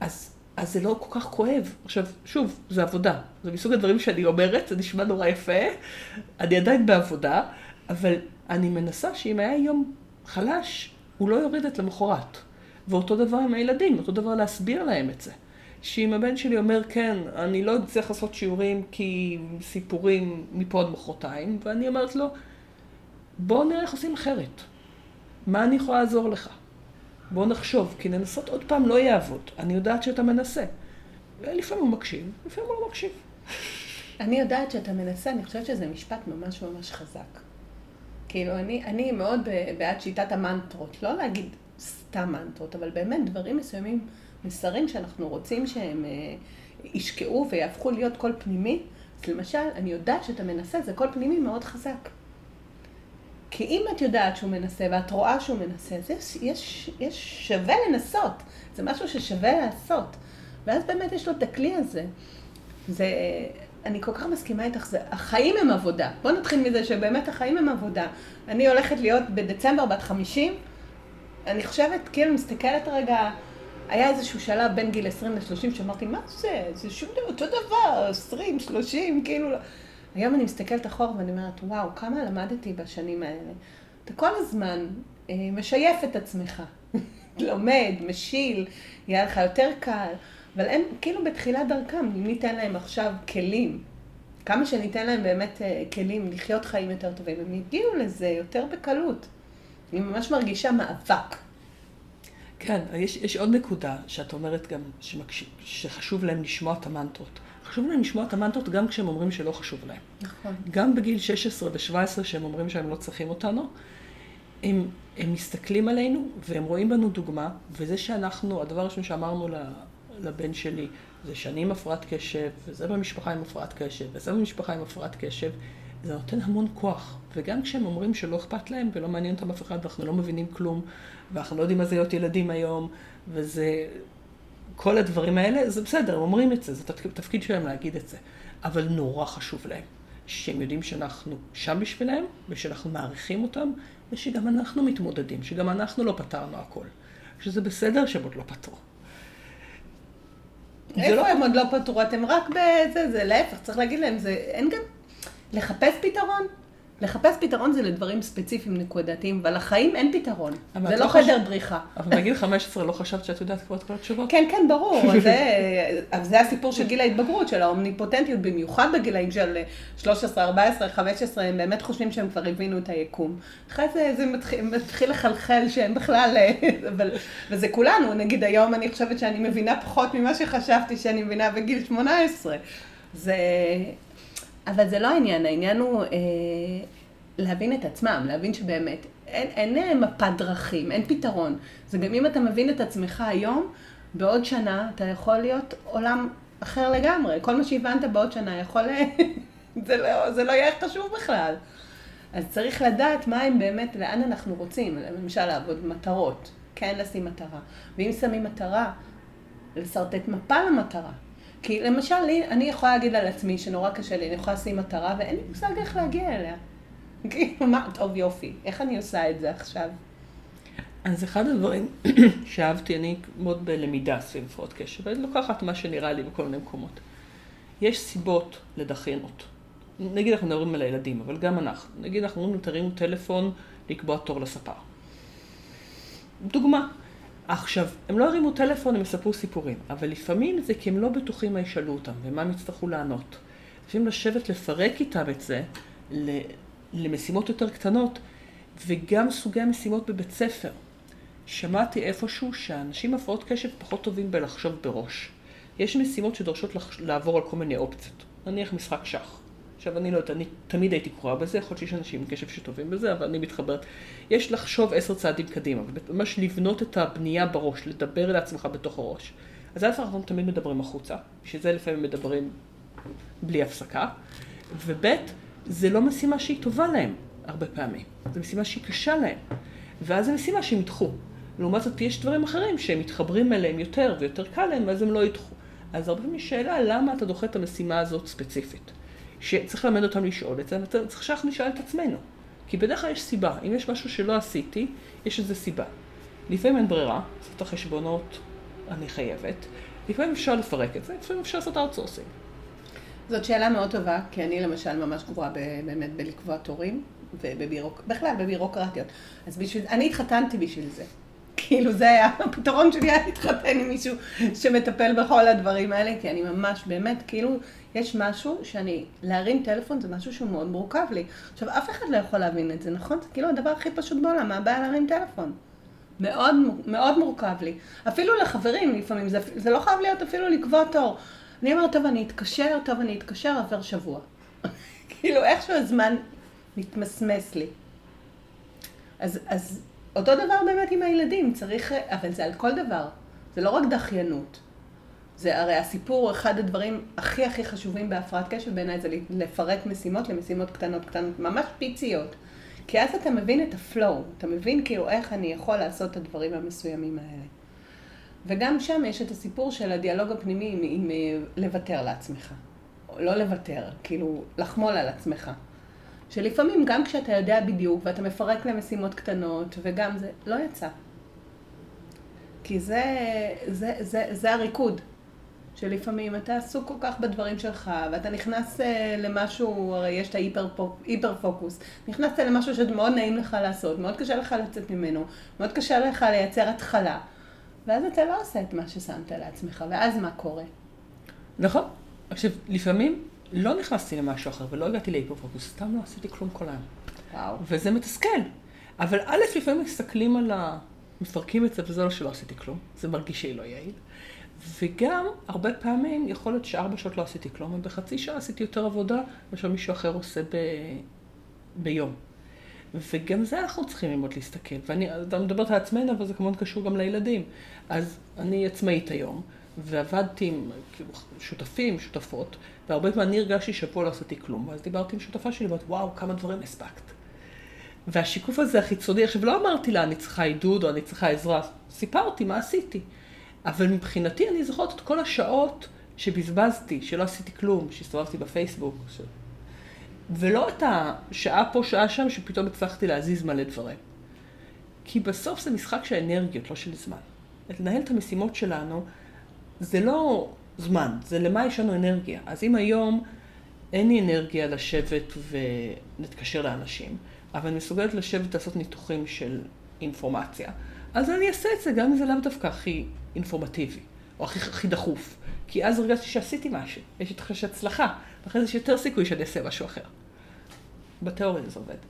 אז, אז זה לא כל כך כואב. עכשיו, שוב, זה עבודה. זה מסוג הדברים שאני אומרת, זה נשמע נורא יפה. אני עדיין בעבודה, אבל אני מנסה שאם היה יום חלש, הוא לא יוריד את למחרת. ואותו דבר עם הילדים, אותו דבר להסביר להם את זה. שאם הבן שלי אומר, כן, אני לא צריך לעשות שיעורים כי סיפורים מפה עד מחרתיים, ואני אומרת לו, בוא נראה איך עושים אחרת. מה אני יכולה לעזור לך? בוא נחשוב, כי לנסות עוד פעם לא יעבוד. אני יודעת שאתה מנסה. לפעמים הוא מקשיב, לפעמים הוא לא מקשיב. אני יודעת שאתה מנסה, אני חושבת שזה משפט ממש ממש חזק. כאילו, אני, אני מאוד בעד שיטת המנטרות, לא להגיד סתם מנטרות, אבל באמת דברים מסוימים, מסרים שאנחנו רוצים שהם אה, ישקעו ויהפכו להיות קול פנימי. אז למשל, אני יודעת שאתה מנסה, זה קול פנימי מאוד חזק. כי אם את יודעת שהוא מנסה ואת רואה שהוא מנסה, זה יש, יש שווה לנסות. זה משהו ששווה לעשות. ואז באמת יש לו את הכלי הזה. זה, אני כל כך מסכימה איתך, זה, החיים הם עבודה. בוא נתחיל מזה שבאמת החיים הם עבודה. אני הולכת להיות בדצמבר בת חמישים, אני חושבת, כאילו מסתכלת רגע, היה איזשהו שלב בין גיל עשרים ל-שלושים שאמרתי, מה זה? זה שום דבר, אותו דבר, עשרים, שלושים, כאילו לא. היום אני מסתכלת אחורה ואני אומרת, וואו, כמה למדתי בשנים האלה. אתה כל הזמן אה, משייף את עצמך, לומד, משיל, יהיה לך יותר קל, אבל הם כאילו בתחילת דרכם, אם ניתן להם עכשיו כלים, כמה שניתן להם באמת אה, כלים לחיות חיים יותר טובים, הם יגיעו לזה יותר בקלות. אני ממש מרגישה מאבק. כן, יש, יש עוד נקודה שאת אומרת גם שמקש... שחשוב להם לשמוע את המנטרות. חשוב להם לשמוע את המנטרות גם כשהם אומרים שלא חשוב להם. נכון. גם בגיל שש עשרה ו-שבע עשרה שהם אומרים שהם לא צריכים אותנו, הם, הם מסתכלים עלינו והם רואים בנו דוגמה, וזה שאנחנו, הדבר הראשון שאמרנו לבן שלי, זה שאני עם הפרעת קשב, וזה במשפחה עם הפרעת קשב, וזה במשפחה עם הפרעת קשב, זה נותן המון כוח. וגם כשהם אומרים שלא אכפת להם ולא מעניין אותם אף אחד, ואנחנו לא מבינים כלום, ואנחנו לא יודעים מה זה להיות ילדים היום, וזה... כל הדברים האלה, זה בסדר, הם אומרים את זה, זה תפקיד שלהם להגיד את זה. אבל נורא חשוב להם, שהם יודעים שאנחנו שם בשבילם, ושאנחנו מעריכים אותם, ושגם אנחנו מתמודדים, שגם אנחנו לא פתרנו הכל. שזה בסדר שהם עוד לא פתרו. איפה לא... הם עוד לא פתרו? אתם רק בזה, זה להפך, צריך להגיד להם, זה אין גם לחפש פתרון. לחפש פתרון זה לדברים ספציפיים נקודתיים, אבל לחיים אין פתרון. זה לא חדר בריחה. אבל בגיל חמש עשרה לא חשבת שאת יודעת כבר את כל התשובות? כן, כן, ברור. זה הסיפור של גיל ההתבגרות, של האומניפוטנטיות, במיוחד בגילאים של שלוש עשרה, ארבע עשרה, חמש עשרה, הם באמת חושבים שהם כבר הבינו את היקום. אחרי זה זה מתחיל לחלחל שהם בכלל, וזה כולנו. נגיד היום אני חושבת שאני מבינה פחות ממה שחשבתי שאני מבינה בגיל שמונה עשרה. זה... אבל זה לא העניין, העניין הוא אה, להבין את עצמם, להבין שבאמת אין, אין מפת דרכים, אין פתרון. זה גם אם אתה מבין את עצמך היום, בעוד שנה אתה יכול להיות עולם אחר לגמרי. כל מה שהבנת בעוד שנה יכול, זה לא, זה לא יהיה חשוב בכלל. אז צריך לדעת מה הם באמת, לאן אנחנו רוצים, למשל לעבוד מטרות, כן לשים מטרה. ואם שמים מטרה, לסרטט מפה למטרה. כי למשל, אני יכולה להגיד על עצמי שנורא קשה לי, אני יכולה לשים מטרה ואין לי מושג איך להגיע אליה. מה, טוב יופי, איך אני עושה את זה עכשיו? אז אחד הדברים שאהבתי, אני מאוד בלמידה סביב הפרעות קשב, ואני לוקחת מה שנראה לי בכל מיני מקומות. יש סיבות לדחיינות. נגיד אנחנו מדברים על הילדים, אבל גם אנחנו. נגיד אנחנו אומרים, תרימו טלפון לקבוע תור לספר. דוגמה. עכשיו, הם לא הרימו טלפון, הם יספרו סיפורים, אבל לפעמים זה כי הם לא בטוחים מה ישאלו אותם, ומה הם יצטרכו לענות. לפעמים לשבת לפרק איתם את זה למשימות יותר קטנות, וגם סוגי המשימות בבית ספר. שמעתי איפשהו שאנשים הפרעות קשב פחות טובים בלחשוב בראש. יש משימות שדורשות לעבור על כל מיני אופציות. נניח משחק שח. עכשיו, אני לא יודעת, אני תמיד הייתי קרואה בזה, יכול להיות שיש אנשים עם קשב שטובים בזה, אבל אני מתחברת. יש לחשוב עשר צעדים קדימה, ממש לבנות את הבנייה בראש, לדבר אל עצמך בתוך הראש. אז א' אנחנו תמיד מדברים החוצה, שזה לפעמים מדברים בלי הפסקה, וב' זה לא משימה שהיא טובה להם, הרבה פעמים. זו משימה שהיא קשה להם, ואז זו משימה שהם ידחו. לעומת זאת, יש דברים אחרים שהם מתחברים אליהם יותר ויותר קל להם, ואז הם לא ידחו. אז הרבה פעמים שאלה, למה אתה דוחה את המשימה הזאת ספציפית? שצריך ללמד אותם לשאול את זה, צריך שאנחנו נשאל את עצמנו. כי בדרך כלל יש סיבה. אם יש משהו שלא עשיתי, יש איזו סיבה. לפעמים אין ברירה, לעשות את החשבונות, אני חייבת. לפעמים אפשר לפרק את זה, לפעמים אפשר לעשות אאוטסורסינג. זאת שאלה מאוד טובה, כי אני למשל ממש גרועה באמת בלקבוע תורים, ובכלל בבירוקרטיות. אז בשביל, אני התחתנתי בשביל זה. כאילו זה היה הפתרון שלי, היה להתחתן עם מישהו שמטפל בכל הדברים האלה, כי אני ממש באמת, כאילו, יש משהו שאני, להרים טלפון זה משהו שהוא מאוד מורכב לי. עכשיו, אף אחד לא יכול להבין את זה, נכון? זה כאילו הדבר הכי פשוט בעולם, מה הבעיה להרים טלפון? מאוד, מאוד מורכב לי. אפילו לחברים לפעמים, זה, זה לא חייב להיות אפילו לקבוע תור. אני אומרת, טוב, אני אתקשר, טוב, אני אתקשר, עבר שבוע. כאילו, איכשהו הזמן מתמסמס לי. אז, אז אותו דבר באמת עם הילדים, צריך, אבל זה על כל דבר. זה לא רק דחיינות. זה הרי הסיפור, אחד הדברים הכי הכי חשובים בהפרעת קשב בעיניי, זה לפרק משימות למשימות קטנות קטנות, ממש פיציות. כי אז אתה מבין את הפלואו, אתה מבין כאילו איך אני יכול לעשות את הדברים המסוימים האלה. וגם שם יש את הסיפור של הדיאלוג הפנימי עם, עם לוותר לעצמך. לא לוותר, כאילו לחמול על עצמך. שלפעמים גם כשאתה יודע בדיוק ואתה מפרק למשימות קטנות וגם זה לא יצא. כי זה, זה, זה, זה הריקוד. שלפעמים אתה עסוק כל כך בדברים שלך ואתה נכנס למשהו, הרי יש את ההיפר פוקוס, נכנסת למשהו שמאוד נעים לך לעשות, מאוד קשה לך לצאת ממנו, מאוד קשה לך לייצר התחלה. ואז אתה לא עושה את מה ששמת לעצמך, ואז מה קורה? נכון. עכשיו, לפעמים לא נכנסתי למשהו אחר ולא הגעתי להיפר-פוקוס, סתם לא עשיתי כלום כל היום. וואו. וזה מתסכל. אבל א', לפעמים מסתכלים על ה... מפרקים את זה וזה לא שלא עשיתי כלום. זה מרגיש שהיא לא יעיל. וגם, הרבה פעמים, יכול להיות שארבע שעות לא עשיתי כלום, ובחצי שעה עשיתי יותר עבודה, מאשר מישהו אחר עושה ב... ביום. וגם זה אנחנו צריכים ללמוד להסתכל. ואני מדברת על עצמנו, אבל זה כמובן קשור גם לילדים. אז אני עצמאית היום, ועבדתי עם כאילו, שותפים, שותפות, והרבה פעמים אני הרגשתי שפה לא עשיתי כלום. ואז דיברתי עם שותפה שלי, ואומרת, וואו, כמה דברים הספקת. והשיקוף הזה החיצוני, עכשיו לא אמרתי לה, אני צריכה עידוד או אני צריכה עזרה, סיפרתי מה עשיתי. אבל מבחינתי אני זוכרת את כל השעות שבזבזתי, שלא עשיתי כלום, שהסתובבתי בפייסבוק. ש... ולא את השעה פה, שעה שם, שפתאום הצלחתי להזיז מלא דברים. כי בסוף זה משחק של אנרגיות, לא של זמן. לנהל את המשימות שלנו, זה לא זמן, זה למה יש לנו אנרגיה. אז אם היום אין לי אנרגיה לשבת ולהתקשר לאנשים, אבל אני מסוגלת לשבת לעשות ניתוחים של אינפורמציה, אז אני אעשה את זה, גם אם זה לאו דווקא הכי אינפורמטיבי, או הכי, הכי דחוף. כי אז הרגשתי שעשיתי משהו, יש לי תחושת הצלחה, ואחרי זה יש יותר סיכוי שאני אעשה משהו אחר. בתיאוריה זה עובד.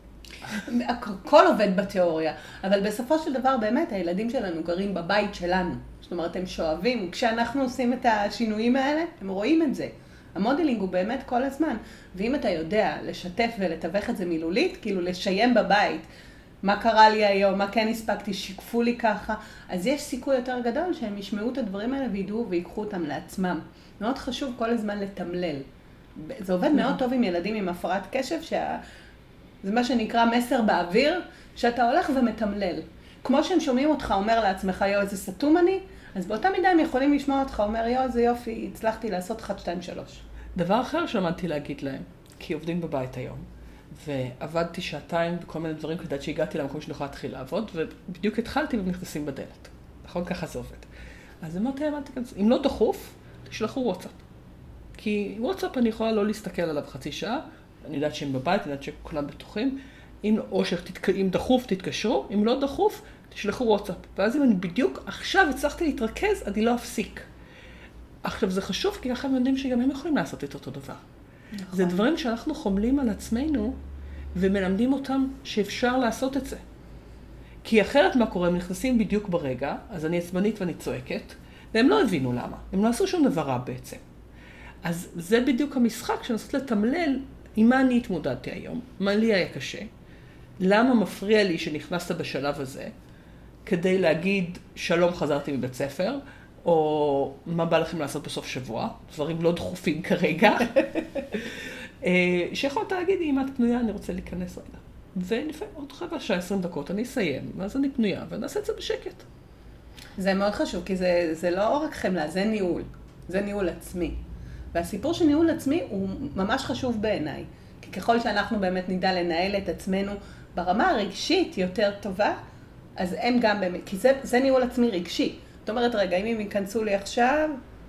הכל עובד בתיאוריה, אבל בסופו של דבר באמת הילדים שלנו גרים בבית שלנו. זאת אומרת, הם שואבים, כשאנחנו עושים את השינויים האלה, הם רואים את זה. המודלינג הוא באמת כל הזמן. ואם אתה יודע לשתף ולתווך את זה מילולית, כאילו לשיים בבית, מה קרה לי היום, מה כן הספקתי, שיקפו לי ככה, אז יש סיכוי יותר גדול שהם ישמעו את הדברים האלה וידעו ויקחו אותם לעצמם. מאוד חשוב כל הזמן לתמלל. זה עובד מאוד טוב עם ילדים עם הפרעת קשב, שה... זה מה שנקרא מסר באוויר, שאתה הולך ומתמלל. כמו שהם שומעים אותך אומר לעצמך, יו, איזה סתום אני, אז באותה מידה הם יכולים לשמוע אותך, אומר, יו, איזה יופי, הצלחתי לעשות אחת, שתיים, שלוש. דבר אחר שלמדתי להגיד להם, כי עובדים בבית היום, ועבדתי שעתיים בכל מיני דברים, כדי שהגעתי למקום שנוכל להתחיל לעבוד, ובדיוק התחלתי והם נכנסים בדלת. נכון? ככה זה עובד. אז אמרתי להם, אם לא דחוף, תשלחו וואטסאפ. כי וואטסאפ אני יכולה לא להסתכל עליו חצי שעה, אני יודעת שהם בבית, אני יודעת שכולם בטוחים, אם, או שאם דחוף תתקשרו, אם לא דחוף, תשלחו וואטסאפ. ואז אם אני בדיוק עכשיו הצלחתי להתרכז, אני לא אפסיק. עכשיו זה חשוב, כי ככה הם יודעים שגם הם יכולים לעשות את אותו דבר. נכון. זה דברים שאנחנו חומלים על עצמנו, ומלמדים אותם שאפשר לעשות את זה. כי אחרת מה קורה? הם נכנסים בדיוק ברגע, אז אני עצבנית ואני צועקת, והם לא הבינו למה. הם לא עשו שום דבר רע בעצם. אז זה בדיוק המשחק שנסות לתמלל עם מה אני התמודדתי היום, מה לי היה קשה, למה מפריע לי שנכנסת בשלב הזה, כדי להגיד שלום חזרתי מבית ספר, או מה בא לכם לעשות בסוף שבוע, דברים לא דחופים כרגע, שיכולת להגיד, אם את פנויה אני רוצה להיכנס רגע. ולפעמים עוד רבע שעה, עשרים דקות, אני אסיים, ואז אני פנויה, ונעשה את זה בשקט. זה מאוד חשוב, כי זה, זה לא רק חמלה, זה ניהול. זה ניהול עצמי. והסיפור של ניהול עצמי הוא ממש חשוב בעיניי. כי ככל שאנחנו באמת נדע לנהל את עצמנו ברמה הרגשית יותר טובה, אז הם גם באמת, כי זה, זה ניהול עצמי רגשי. זאת אומרת, רגע, אם הם ייכנסו לי עכשיו,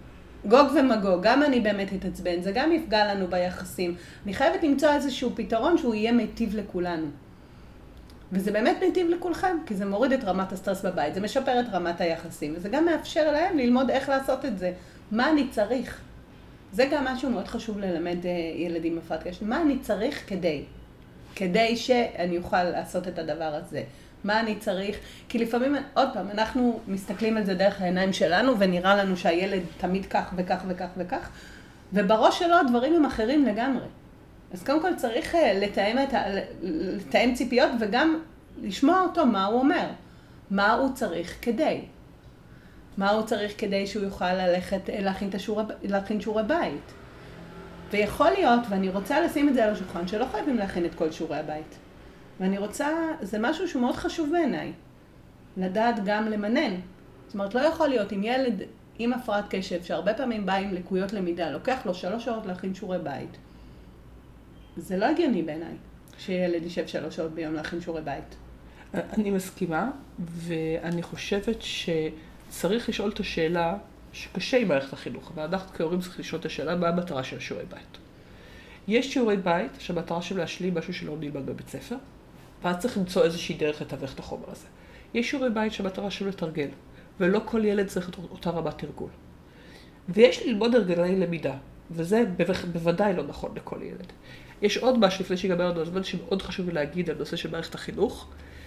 גוג ומגוג, גם אני באמת אתעצבן, זה גם יפגע לנו ביחסים. אני חייבת למצוא איזשהו פתרון שהוא יהיה מיטיב לכולנו. וזה באמת מיטיב לכולכם, כי זה מוריד את רמת הסטרס בבית, זה משפר את רמת היחסים, וזה גם מאפשר להם ללמוד איך לעשות את זה. מה אני צריך? זה גם משהו מאוד חשוב ללמד ילדים בהפרעת קשב. מה אני צריך כדי? כדי שאני אוכל לעשות את הדבר הזה. מה אני צריך? כי לפעמים, עוד פעם, אנחנו מסתכלים על זה דרך העיניים שלנו, ונראה לנו שהילד תמיד כך וכך וכך וכך, ובראש שלו הדברים הם אחרים לגמרי. אז קודם כל צריך לתאם, את ה... לתאם ציפיות, וגם לשמוע אותו מה הוא אומר. מה הוא צריך כדי. מה הוא צריך כדי שהוא יוכל ללכת, להכין, השור... להכין שיעורי בית. ויכול להיות, ואני רוצה לשים את זה על השולחן, שלא חייבים להכין את כל שיעורי הבית. ואני רוצה, זה משהו שהוא מאוד חשוב בעיניי, לדעת גם למנן. זאת אומרת, לא יכול להיות עם ילד עם הפרעת קשב, שהרבה פעמים בא עם לקויות למידה, לוקח לו שלוש שעות להכין שיעורי בית. זה לא הגיוני בעיניי, שילד יישב שלוש שעות ביום להכין שיעורי בית. אני מסכימה, ואני חושבת שצריך לשאול את השאלה שקשה עם מערכת החינוך, ואנחנו כהורים צריך לשאול את השאלה מה המטרה של שיעורי בית. יש שיעורי בית שהמטרה של להשלים משהו שלא נלמד בבית ספר, ואז צריך למצוא איזושהי דרך לתווך את החומר הזה. יש שיעורי בית שהמטרה שלו לתרגל, ולא כל ילד צריך את אותה רמת תרגול. ויש ללמוד הרגלי למידה, וזה בוודאי לא נכון לכל ילד. יש עוד משהו לפני שיגמר לנו הזמן שמאוד חשוב להגיד על נושא של מערכת החינוך.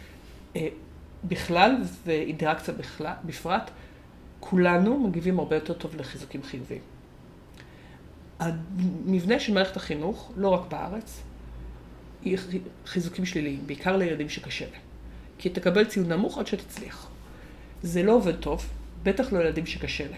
בכלל ואינטראקציה בכלל, בפרט, כולנו מגיבים הרבה יותר טוב לחיזוקים חיוביים. המבנה של מערכת החינוך, לא רק בארץ, היא חיזוקים שליליים, בעיקר לילדים שקשה להם. כי תקבל ציון נמוך עד שתצליח. זה לא עובד טוב, בטח לא ילדים שקשה להם.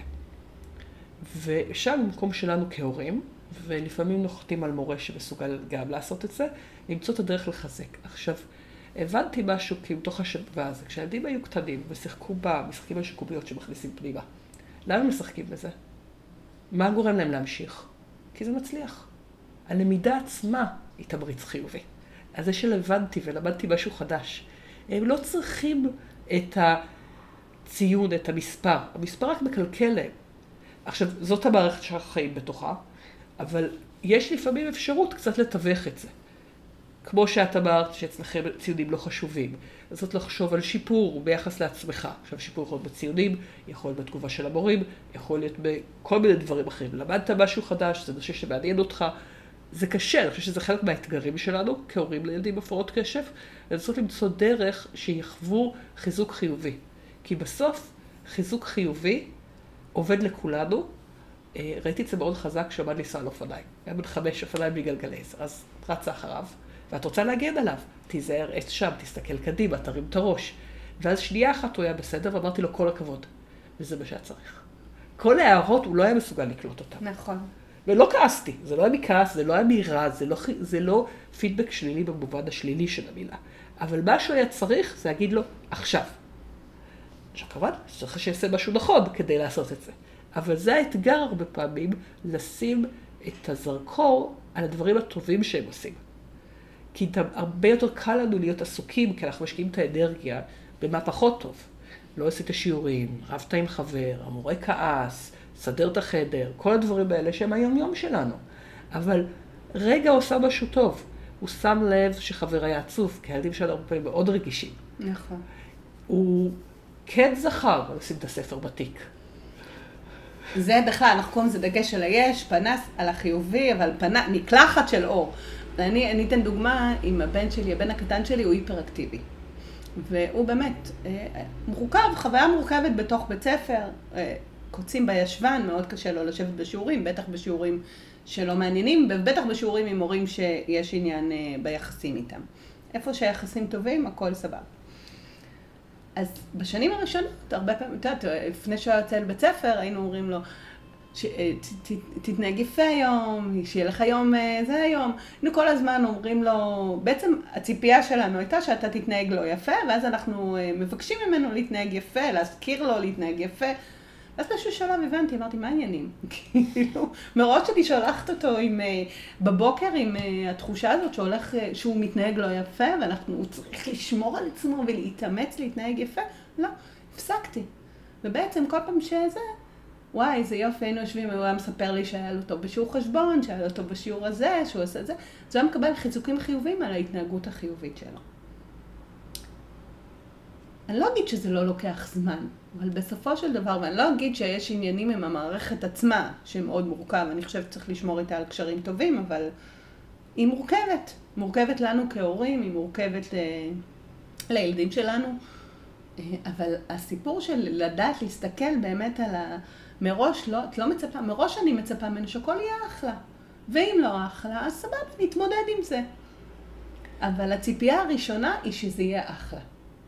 ושם במקום שלנו כהורים, ולפעמים נוחתים על מורה שמסוגל גם לעשות את זה, למצוא את הדרך לחזק. עכשיו, הבנתי משהו כי מתוך השבוע הזה, כשהילדים היו קטנים ושיחקו בה, משחקים על שקוביות שמכניסים פנימה. למה הם משחקים בזה? מה גורם להם להמשיך? כי זה מצליח. הלמידה עצמה היא תמריץ חיובי. אז זה שלבנתי ולמדתי משהו חדש. הם לא צריכים את הציון, את המספר. המספר רק מקלקל להם. עכשיו, זאת המערכת שאנחנו חיים בתוכה, אבל יש לפעמים אפשרות קצת לתווך את זה. כמו שאת אמרת שאצלכם ציונים לא חשובים. אז זאת לחשוב על שיפור ביחס לעצמך. עכשיו, שיפור יכול להיות בציונים, יכול להיות בתגובה של המורים, יכול להיות בכל מיני דברים אחרים. למדת משהו חדש, זה נושא שמעניין אותך. זה קשה, אני חושב שזה חלק מהאתגרים שלנו, כהורים לילדים עם הפרעות קשב, לנסות למצוא דרך שיחוו חיזוק חיובי. כי בסוף, חיזוק חיובי עובד לכולנו. ראיתי את זה מאוד חזק שעמד לנסוע על אופניים. היה בן חמש אופניים בלי גלגלי עזר, אז רצה אחריו. ואת רוצה להגן עליו, תיזהר עץ שם, תסתכל קדימה, תרים את הראש. ואז שנייה אחת הוא היה בסדר, ואמרתי לו כל הכבוד. וזה מה שהיה צריך. כל הערות הוא לא היה מסוגל לקלוט אותם. נכון. ולא כעסתי, זה לא היה מכעס, זה לא היה מירה, זה לא, זה לא פידבק שלילי במובן השלילי של המילה. אבל מה שהוא היה צריך זה להגיד לו עכשיו. עכשיו כמובן, צריך שיעשה משהו נכון כדי לעשות את זה. אבל זה האתגר הרבה פעמים, לשים את הזרקור על הדברים הטובים שהם עושים. כי הרבה יותר קל לנו להיות עסוקים, כי אנחנו משקיעים את האנרגיה במה פחות טוב. לא עשית שיעורים, רבת עם חבר, המורה כעס, סדר את החדר, כל הדברים האלה שהם היום-יום שלנו. אבל רגע הוא עושה משהו טוב. הוא שם לב שחבר היה עצוב, כי הילדים שלנו הרבה פעמים מאוד רגישים. נכון. הוא כן זכר לשים את הספר בתיק. זה בכלל, אנחנו קוראים לזה דגש על היש, פנס על החיובי, אבל פנס, מקלחת של אור. אני, אני אתן דוגמה עם הבן שלי, הבן הקטן שלי הוא היפראקטיבי. והוא באמת מורכב, חוויה מורכבת בתוך בית ספר, קוצים בישבן, מאוד קשה לו לשבת בשיעורים, בטח בשיעורים שלא מעניינים, ובטח בשיעורים עם מורים שיש עניין ביחסים איתם. איפה שהיחסים טובים, הכל סבבה. אז בשנים הראשונות, הרבה פעמים, לפני שהוא יוצא לבית ספר, היינו אומרים לו, תתנהג יפה היום, שיהיה לך יום זה היום. היינו כל הזמן אומרים לו, בעצם הציפייה שלנו הייתה שאתה תתנהג לו יפה, ואז אנחנו מבקשים ממנו להתנהג יפה, להזכיר לו להתנהג יפה. ואז באיזשהו שלב הבנתי, אמרתי, מה העניינים? כאילו, מראש שלי שולחת אותו עם, בבוקר עם התחושה הזאת שהולך, שהוא מתנהג לו יפה, ואנחנו צריך לשמור על עצמו ולהתאמץ להתנהג יפה. לא, הפסקתי. ובעצם כל פעם שזה, וואי, איזה יופי, היינו יושבים, הוא היה מספר לי שהיה לו טוב בשיעור חשבון, שהיה לו טוב בשיעור הזה, שהוא עושה את זה. אז הוא היה מקבל חיזוקים חיוביים על ההתנהגות החיובית שלו. אני לא אגיד שזה לא לוקח זמן, אבל בסופו של דבר, ואני לא אגיד שיש עניינים עם המערכת עצמה, שמאוד מורכב, אני חושבת שצריך לשמור איתה על קשרים טובים, אבל היא מורכבת. מורכבת לנו כהורים, היא מורכבת ל... לילדים שלנו. אבל הסיפור של לדעת להסתכל באמת על ה... מראש, לא, את לא מצפה, מראש אני מצפה ממנו שכל יהיה אחלה. ואם לא אחלה, אז סבבה, נתמודד עם זה. אבל הציפייה הראשונה היא שזה יהיה אחלה.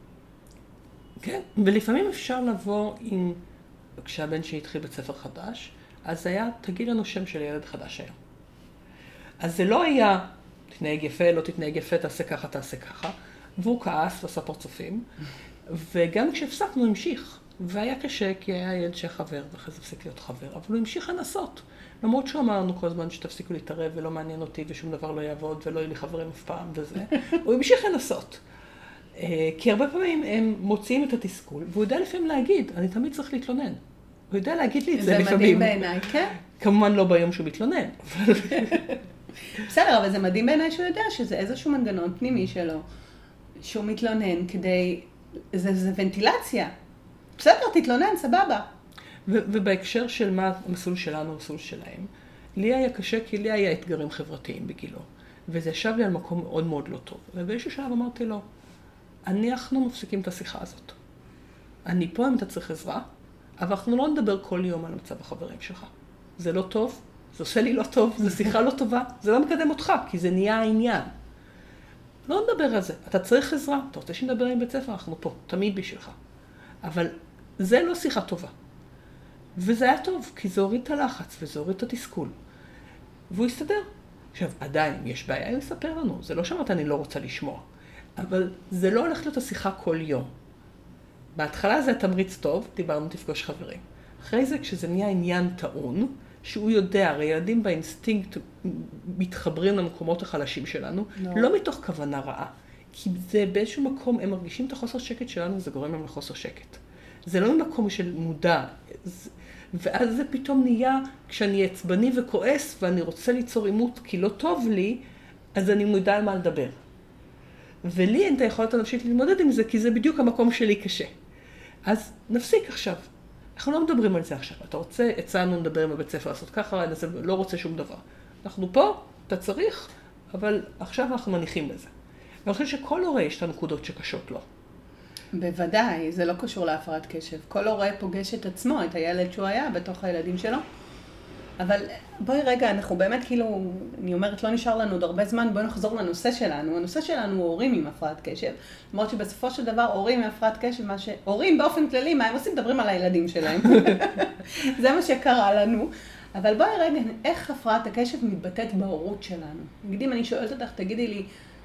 כן, ולפעמים אפשר לבוא עם, כשהבן שלי התחיל בית ספר חדש, אז היה, תגיד לנו שם של ילד חדש היום. אז זה לא היה, תתנהג יפה, לא תתנהג יפה, תעשה ככה, תעשה ככה. והוא כעס ועשה פרצופים, וגם כשהפסקנו המשיך. והיה קשה, כי היה ילד שחבר, ואחרי זה הפסיק להיות חבר, אבל הוא המשיך לנסות. למרות שאמרנו כל הזמן שתפסיקו להתערב ולא מעניין אותי ושום דבר לא יעבוד ולא יהיה לי חברים אף פעם וזה. הוא המשיך לנסות. כי הרבה פעמים הם מוציאים את התסכול, והוא יודע לפעמים להגיד, אני תמיד צריך להתלונן. הוא יודע להגיד לי את זה לפעמים. זה מדהים בעיניי, כן? כמובן לא ביום שהוא מתלונן. בסדר, אבל זה מדהים בעיניי שהוא יודע שזה איזשהו מנגנון פנימי שלו, שהוא מתלונן כדי, זה, זה ונטילציה. בסדר, תתלונן, סבבה. ו- ובהקשר של מה המסלול שלנו, המסלול שלהם, לי היה קשה כי לי היה אתגרים חברתיים בגילו. וזה ישב לי על מקום מאוד מאוד לא טוב. ובאיזשהו שלב אמרתי לו, אנחנו מפסיקים את השיחה הזאת. אני פה אם אתה צריך עזרה, אבל אנחנו לא נדבר כל יום על מצב החברים שלך. זה לא טוב, זה עושה לי לא טוב, זה שיחה לא טובה, זה לא מקדם אותך, כי זה נהיה העניין. לא נדבר על זה. אתה צריך עזרה, אתה רוצה שנדבר עם בית ספר, אנחנו פה, תמיד בשבילך. אבל זה לא שיחה טובה. וזה היה טוב, כי זה הוריד את הלחץ, וזה הוריד את התסכול. והוא הסתדר. עכשיו, עדיין, יש בעיה, הוא יספר לנו. זה לא שאמרת, אני לא רוצה לשמוע. אבל זה לא הולך להיות השיחה כל יום. בהתחלה זה תמריץ טוב, דיברנו תפגוש חברים. אחרי זה, כשזה נהיה עניין טעון, שהוא יודע, הרי ילדים באינסטינקט מתחברים למקומות החלשים שלנו, לא, לא מתוך כוונה רעה. כי זה באיזשהו מקום, הם מרגישים את החוסר שקט שלנו, וזה גורם להם לחוסר שקט. זה לא ממקום של מודע. ואז זה פתאום נהיה, כשאני עצבני וכועס, ואני רוצה ליצור עימות כי לא טוב לי, אז אני מודע על מה לדבר. ולי אין את היכולת הנפשית ללמודד עם זה, כי זה בדיוק המקום שלי קשה. אז נפסיק עכשיו. אנחנו לא מדברים על זה עכשיו. אתה רוצה, הצענו לדבר עם הבית ספר לעשות ככה, אני לא רוצה שום דבר. אנחנו פה, אתה צריך, אבל עכשיו אנחנו מניחים לזה. ואני חושב שכל הורה יש את הנקודות שקשות לו. בוודאי, זה לא קשור להפרעת קשב. כל הורה פוגש את עצמו, את הילד שהוא היה, בתוך הילדים שלו. אבל בואי רגע, אנחנו באמת כאילו, אני אומרת, לא נשאר לנו עוד הרבה זמן, בואי נחזור לנושא שלנו. הנושא שלנו הוא הורים עם הפרעת קשב. למרות שבסופו של דבר, הורים עם הפרעת קשב, מה ש... הורים באופן כללי, מה הם עושים? מדברים על הילדים שלהם. זה מה שקרה לנו. אבל בואי רגע, איך הפרעת הקשב מתבטאת בהורות שלנו? נגיד, אם אני שואלת אותך, תגידי לי,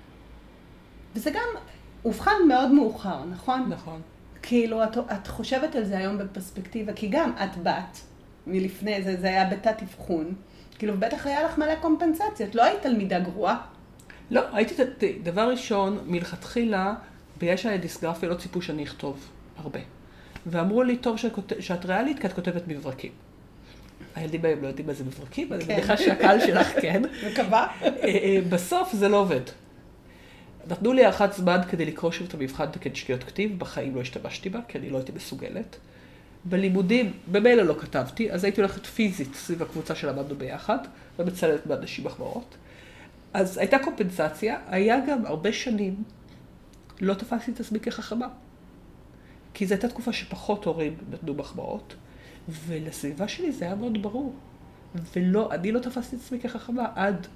וזה גם הובחן מאוד מאוחר, נכון? נכון. כאילו, את, את חושבת על זה היום בפרספקטיבה, כי גם את בת, מלפני זה, זה היה בתת אבחון, כאילו, בטח היה לך מלא קומפנסציות, לא היית תלמידה גרועה? לא, הייתי, דבר ראשון, מלכתחילה, בגלל שהיה דיסגרפיה, לא ציפו שאני אכתוב הרבה. ואמרו לי, טוב שאת, שאת ריאלית, כי את כותבת מברקים. הילדים בהם לא יודעים מה זה מברקים, אבל אני מניחה שהקהל שלך כן. מקווה. בסוף זה לא עובד. נתנו לי הארכת זמן כדי לקרוא שוב את המבחן כדי שגיאות כתיב, בחיים לא השתמשתי בה, כי אני לא הייתי מסוגלת. בלימודים, במילא לא כתבתי, אז הייתי הולכת פיזית סביב הקבוצה שלמדנו ביחד, ומצלת באנשים מחברות. אז הייתה קומפנסציה, היה גם הרבה שנים, לא תפסתי את עצמי כחכמה. כי זו הייתה תקופה שפחות הורים נתנו מחברות, ולסביבה שלי זה היה מאוד ברור. ולא, אני לא תפסתי את עצמי כחכמה עד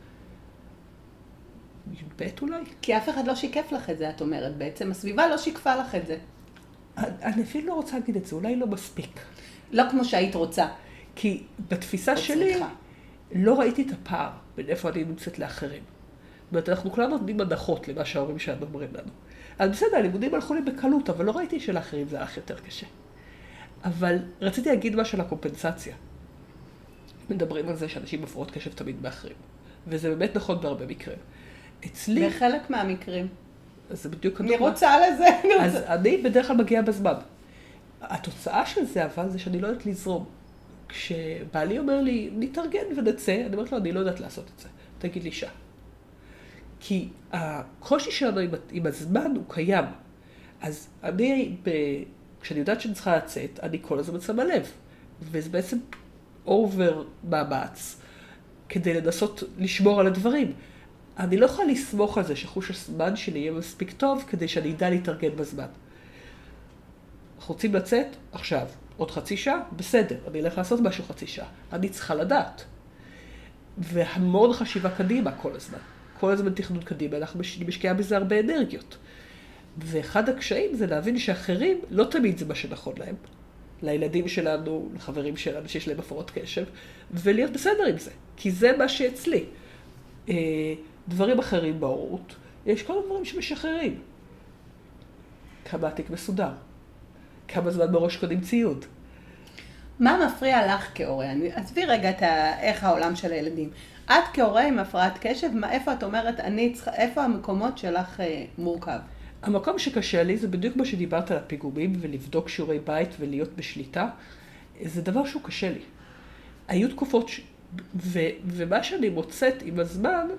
בית אולי. כי אף אחד לא שיקף לך את זה, את אומרת. בעצם הסביבה לא שיקפה לך את זה. אני אפילו לא רוצה להגיד את זה, אולי לא מספיק. לא כמו שהיית רוצה. כי בתפיסה שלי לא ראיתי את הפער בין איפה אני נמצאת לאחרים. זאת אומרת, אנחנו כולנו נותנים הדחות למה שההורים שלנו אומרים לנו. אז בסדר, הלימודים הלכו לי בקלות, אבל לא ראיתי שלאחרים זה הלך יותר קשה. אבל רציתי להגיד משהו על הקומפנסציה. מדברים על זה שאנשים בפרעות קשב תמיד באחרים. וזה באמת נכון בהרבה מקרים. אצלי... בחלק מהמקרים. אז זה בדיוק אני רוצה לזה. אז אני בדרך כלל מגיעה בזמן. התוצאה של זה אבל זה שאני לא יודעת לזרום. כשבעלי אומר לי, נתארגן ונצא, אני אומרת לו, אני לא יודעת לעשות את זה, תגיד לי שעה. כי הקושי שלנו עם, עם הזמן הוא קיים. אז אני, ב, כשאני יודעת שאני צריכה לצאת, אני כל הזמן שמה לב. וזה בעצם אובר מאמץ, כדי לנסות לשמור על הדברים. אני לא יכולה לסמוך על זה שחוש הזמן שלי יהיה מספיק טוב, כדי שאני אדע להתארגן בזמן. אנחנו רוצים לצאת? עכשיו. עוד חצי שעה? בסדר, אני אלך לעשות משהו חצי שעה. אני צריכה לדעת. והמון חשיבה קדימה כל הזמן. כל הזמן תכנון קדימה, אנחנו משקיעה בזה הרבה אנרגיות. ואחד הקשיים זה להבין שאחרים לא תמיד זה מה שנכון להם. לילדים שלנו, לחברים שלנו שיש להם הפרעות קשב, ולהיות בסדר עם זה. כי זה מה שאצלי. דברים אחרים בהורות, יש כל הדברים שמשחררים. כמה התיק מסודר. כמה זמן בראש קודם ציוד. מה מפריע לך כהורה? אני אסביר רגע את ה... איך העולם של הילדים. את כהורה עם הפרעת קשב, מה, איפה את אומרת, אני צריכה, איפה המקומות שלך אה, מורכב? המקום שקשה לי זה בדיוק מה שדיברת על הפיגומים, ולבדוק שיעורי בית ולהיות בשליטה. זה דבר שהוא קשה לי. היו תקופות, ש... ו... ומה שאני מוצאת עם הזמן,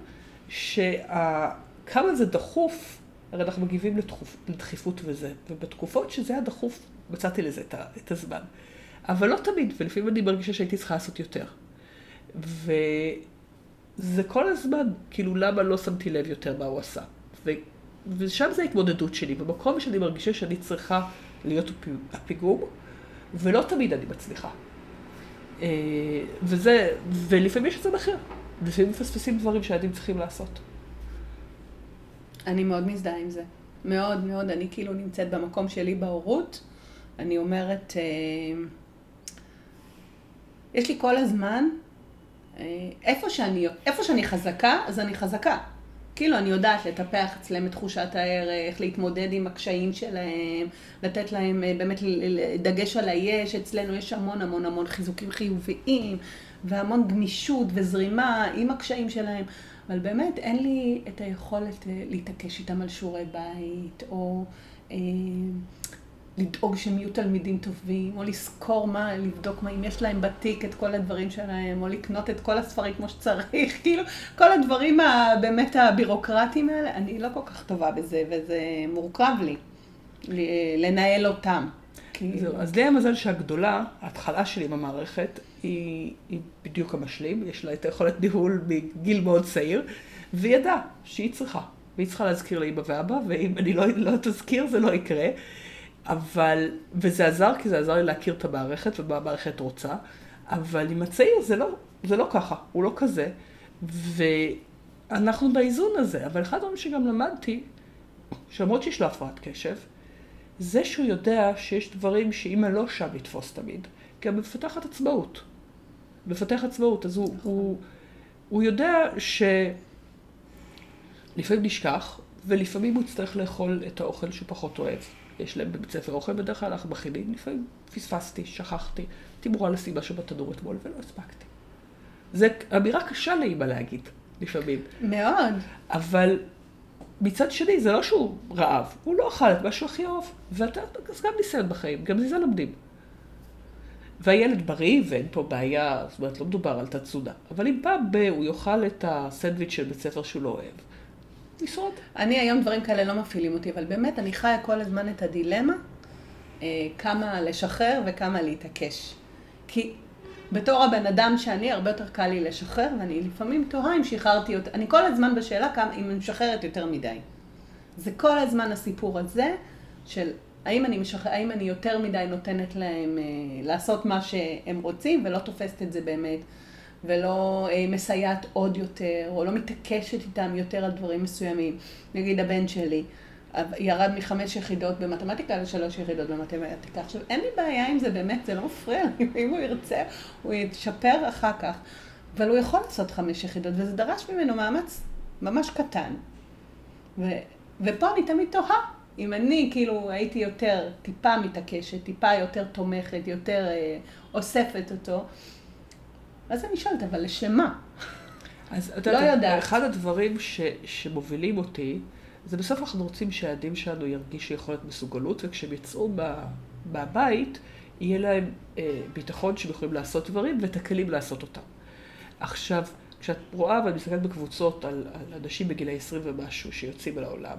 שכמה זה דחוף, הרי אנחנו מגיבים לדחוף, לדחיפות וזה, ובתקופות שזה היה דחוף, מצאתי לזה את, ה... את הזמן. אבל לא תמיד, ולפעמים אני מרגישה שהייתי צריכה לעשות יותר. וזה כל הזמן, כאילו למה לא שמתי לב יותר מה הוא עשה. ו... ושם זה ההתמודדות שלי, במקום שאני מרגישה שאני צריכה להיות הפיגום, ולא תמיד אני מצליחה. וזה, ולפעמים יש את זה מחיר. לפעמים מפספסים דברים שהילדים צריכים לעשות. אני מאוד מזדהה עם זה. מאוד מאוד, אני כאילו נמצאת במקום שלי בהורות. אני אומרת, יש לי כל הזמן, איפה שאני, איפה שאני חזקה, אז אני חזקה. כאילו, אני יודעת לטפח אצלם את תחושת הערך, להתמודד עם הקשיים שלהם, לתת להם באמת דגש על היש. אצלנו יש המון המון המון חיזוקים חיוביים, והמון גמישות וזרימה עם הקשיים שלהם. אבל באמת אין לי את היכולת להתעקש איתם על שיעורי בית, או אה, לדאוג שהם יהיו תלמידים טובים, או לזכור מה, לבדוק מה, אם יש להם בתיק את כל הדברים שלהם, או לקנות את כל הספרים כמו שצריך, כאילו, כל הדברים באמת הבירוקרטיים האלה, אני לא כל כך טובה בזה, וזה מורכב לי, לנהל אותם. זהו, אז לי המזל שהגדולה, ההתחלה שלי עם המערכת, היא, היא בדיוק המשלים, יש לה את היכולת ניהול מגיל מאוד צעיר, והיא ידעה שהיא צריכה, והיא צריכה להזכיר לאמא ואבא, ואם אני לא, לא תזכיר זה לא יקרה. אבל, וזה עזר, כי זה עזר לי להכיר את המערכת, ומה המערכת רוצה, אבל עם הצעיר זה לא, זה לא ככה, הוא לא כזה, ואנחנו באיזון הזה, אבל אחד הדברים שגם למדתי, שלמרות שיש לו הפרעת קשב, זה שהוא יודע שיש דברים שאמא לא שם לתפוס תמיד, גם מפתחת עצמאות. מפתח עצמאות, אז הוא, הוא, הוא יודע שלפעמים נשכח, ולפעמים הוא יצטרך לאכול את האוכל שהוא פחות אוהב. יש להם בבית ספר אוכל, בדרך כלל אנחנו מכינים, לפעמים פספסתי, שכחתי, תימורה לשים משהו בתנור אתמול ולא הספקתי. זה אמירה קשה לאמא להגיד, לפעמים. מאוד. אבל מצד שני, זה לא שהוא רעב, הוא לא אכל את משהו הכי אוהב, ואתה אז גם ניסיון בחיים, גם מזה לומדים. והילד בריא ואין פה בעיה, זאת אומרת, לא מדובר על תת-תזונה, אבל אם פעם ב- הוא יאכל את הסנדוויץ' של בית ספר שהוא לא אוהב, לשרוד. אני היום דברים כאלה לא מפעילים אותי, אבל באמת אני חיה כל הזמן את הדילמה, כמה לשחרר וכמה להתעקש. כי בתור הבן אדם שאני, הרבה יותר קל לי לשחרר, ואני לפעמים תוהה אם שחררתי יותר. אני כל הזמן בשאלה כמה, אם אני משחררת יותר מדי. זה כל הזמן הסיפור הזה של האם אני, משחרר, האם אני יותר מדי נותנת להם לעשות מה שהם רוצים, ולא תופסת את זה באמת. ולא אה, מסייעת עוד יותר, או לא מתעקשת איתם יותר על דברים מסוימים. נגיד הבן שלי, ירד מחמש יחידות במתמטיקה לשלוש יחידות במתמטיקה. עכשיו, אין לי בעיה עם זה באמת, זה לא מפריע לי. אם הוא ירצה, הוא יתשפר אחר כך. אבל הוא יכול לעשות חמש יחידות, וזה דרש ממנו מאמץ ממש קטן. ו, ופה אני תמיד תוהה. אם אני כאילו הייתי יותר טיפה מתעקשת, טיפה יותר תומכת, יותר אה, אוספת אותו, אז אני שואלת, אבל לשמה? אז לא יודעת. אחד הדברים ש, שמובילים אותי, זה בסוף אנחנו רוצים שהילדים שלנו ירגישו יכולת מסוגלות, וכשהם יצאו מה, מהבית, יהיה להם אה, ביטחון שהם יכולים לעשות דברים ואת הכלים לעשות אותם. עכשיו, כשאת רואה ואת מסתכלת בקבוצות על, על אנשים בגילי עשרים ומשהו שיוצאים אל העולם,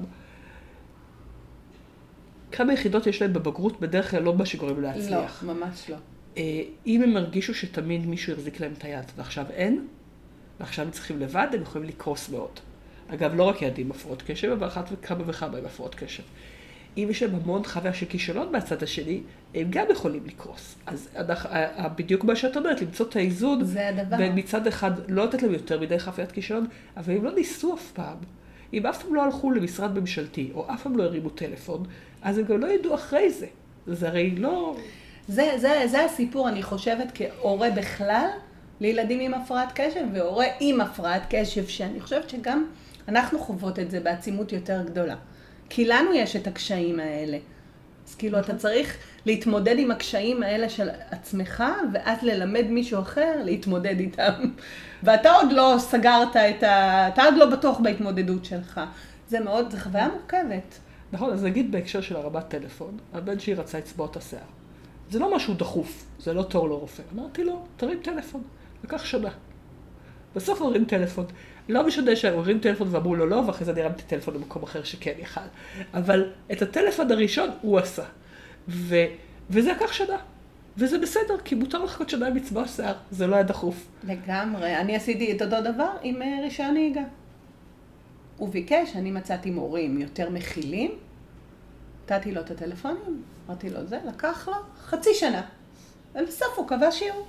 כמה יחידות יש להם בבגרות בדרך כלל לא מה שגורם להצליח. לא, ממש לא. אה, אם הם הרגישו שתמיד מישהו יחזיק להם את היד ועכשיו אין, ועכשיו הם צריכים לבד, הם יכולים לקרוס מאוד. אגב, לא רק ילדים עם הפרעות קשב, אבל אחת וכמה וכמה עם הפרעות קשב. אם יש להם המון חוויה של כישלון מהצד השני, הם גם יכולים לקרוס. אז בדיוק מה שאת אומרת, למצוא את האיזון, זה הדבר. ומצד אחד לא לתת להם יותר מדי חוויית כישלון, אבל הם לא ניסו אף פעם. אם אף פעם לא הלכו למשרד ממשלתי, או אף פעם לא הרימו טלפון, אז הם גם לא ידעו אחרי זה. זה הרי לא... זה, זה, זה הסיפור, אני חושבת, כהורה בכלל, לילדים עם הפרעת קשב, והורה עם הפרעת קשב, שאני חושבת שגם אנחנו חוות את זה בעצימות יותר גדולה. כי לנו יש את הקשיים האלה. אז כאילו אתה צריך להתמודד עם הקשיים האלה של עצמך, ואז ללמד מישהו אחר להתמודד איתם. ואתה עוד לא סגרת את ה... אתה עוד לא בטוח בהתמודדות שלך. זה מאוד, זה חוויה מורכבת. נכון, אז נגיד בהקשר של הרמת טלפון, הבן שלי רצה לצבוע את השיער. זה לא משהו דחוף, זה לא תור לרופא. אמרתי לו, תרים טלפון. לקח שנה. בסוף הוא הרים טלפון. לא משנה שהוא הרים טלפון ואמרו לו לא, ואחרי זה אני הרמתי טלפון במקום אחר שכן יכל. אבל את הטלפון הראשון הוא עשה. ו... וזה לקח שנה. וזה בסדר, כי מותר לחכות שנה עם לצבוע שיער. זה לא היה דחוף. לגמרי. אני עשיתי את אותו דבר עם רישיון נהיגה. הוא ביקש, אני מצאתי מורים יותר מכילים. נתתי לו את הטלפונים, אמרתי לו זה, לקח לו חצי שנה. ובסוף הוא קבע שיעור.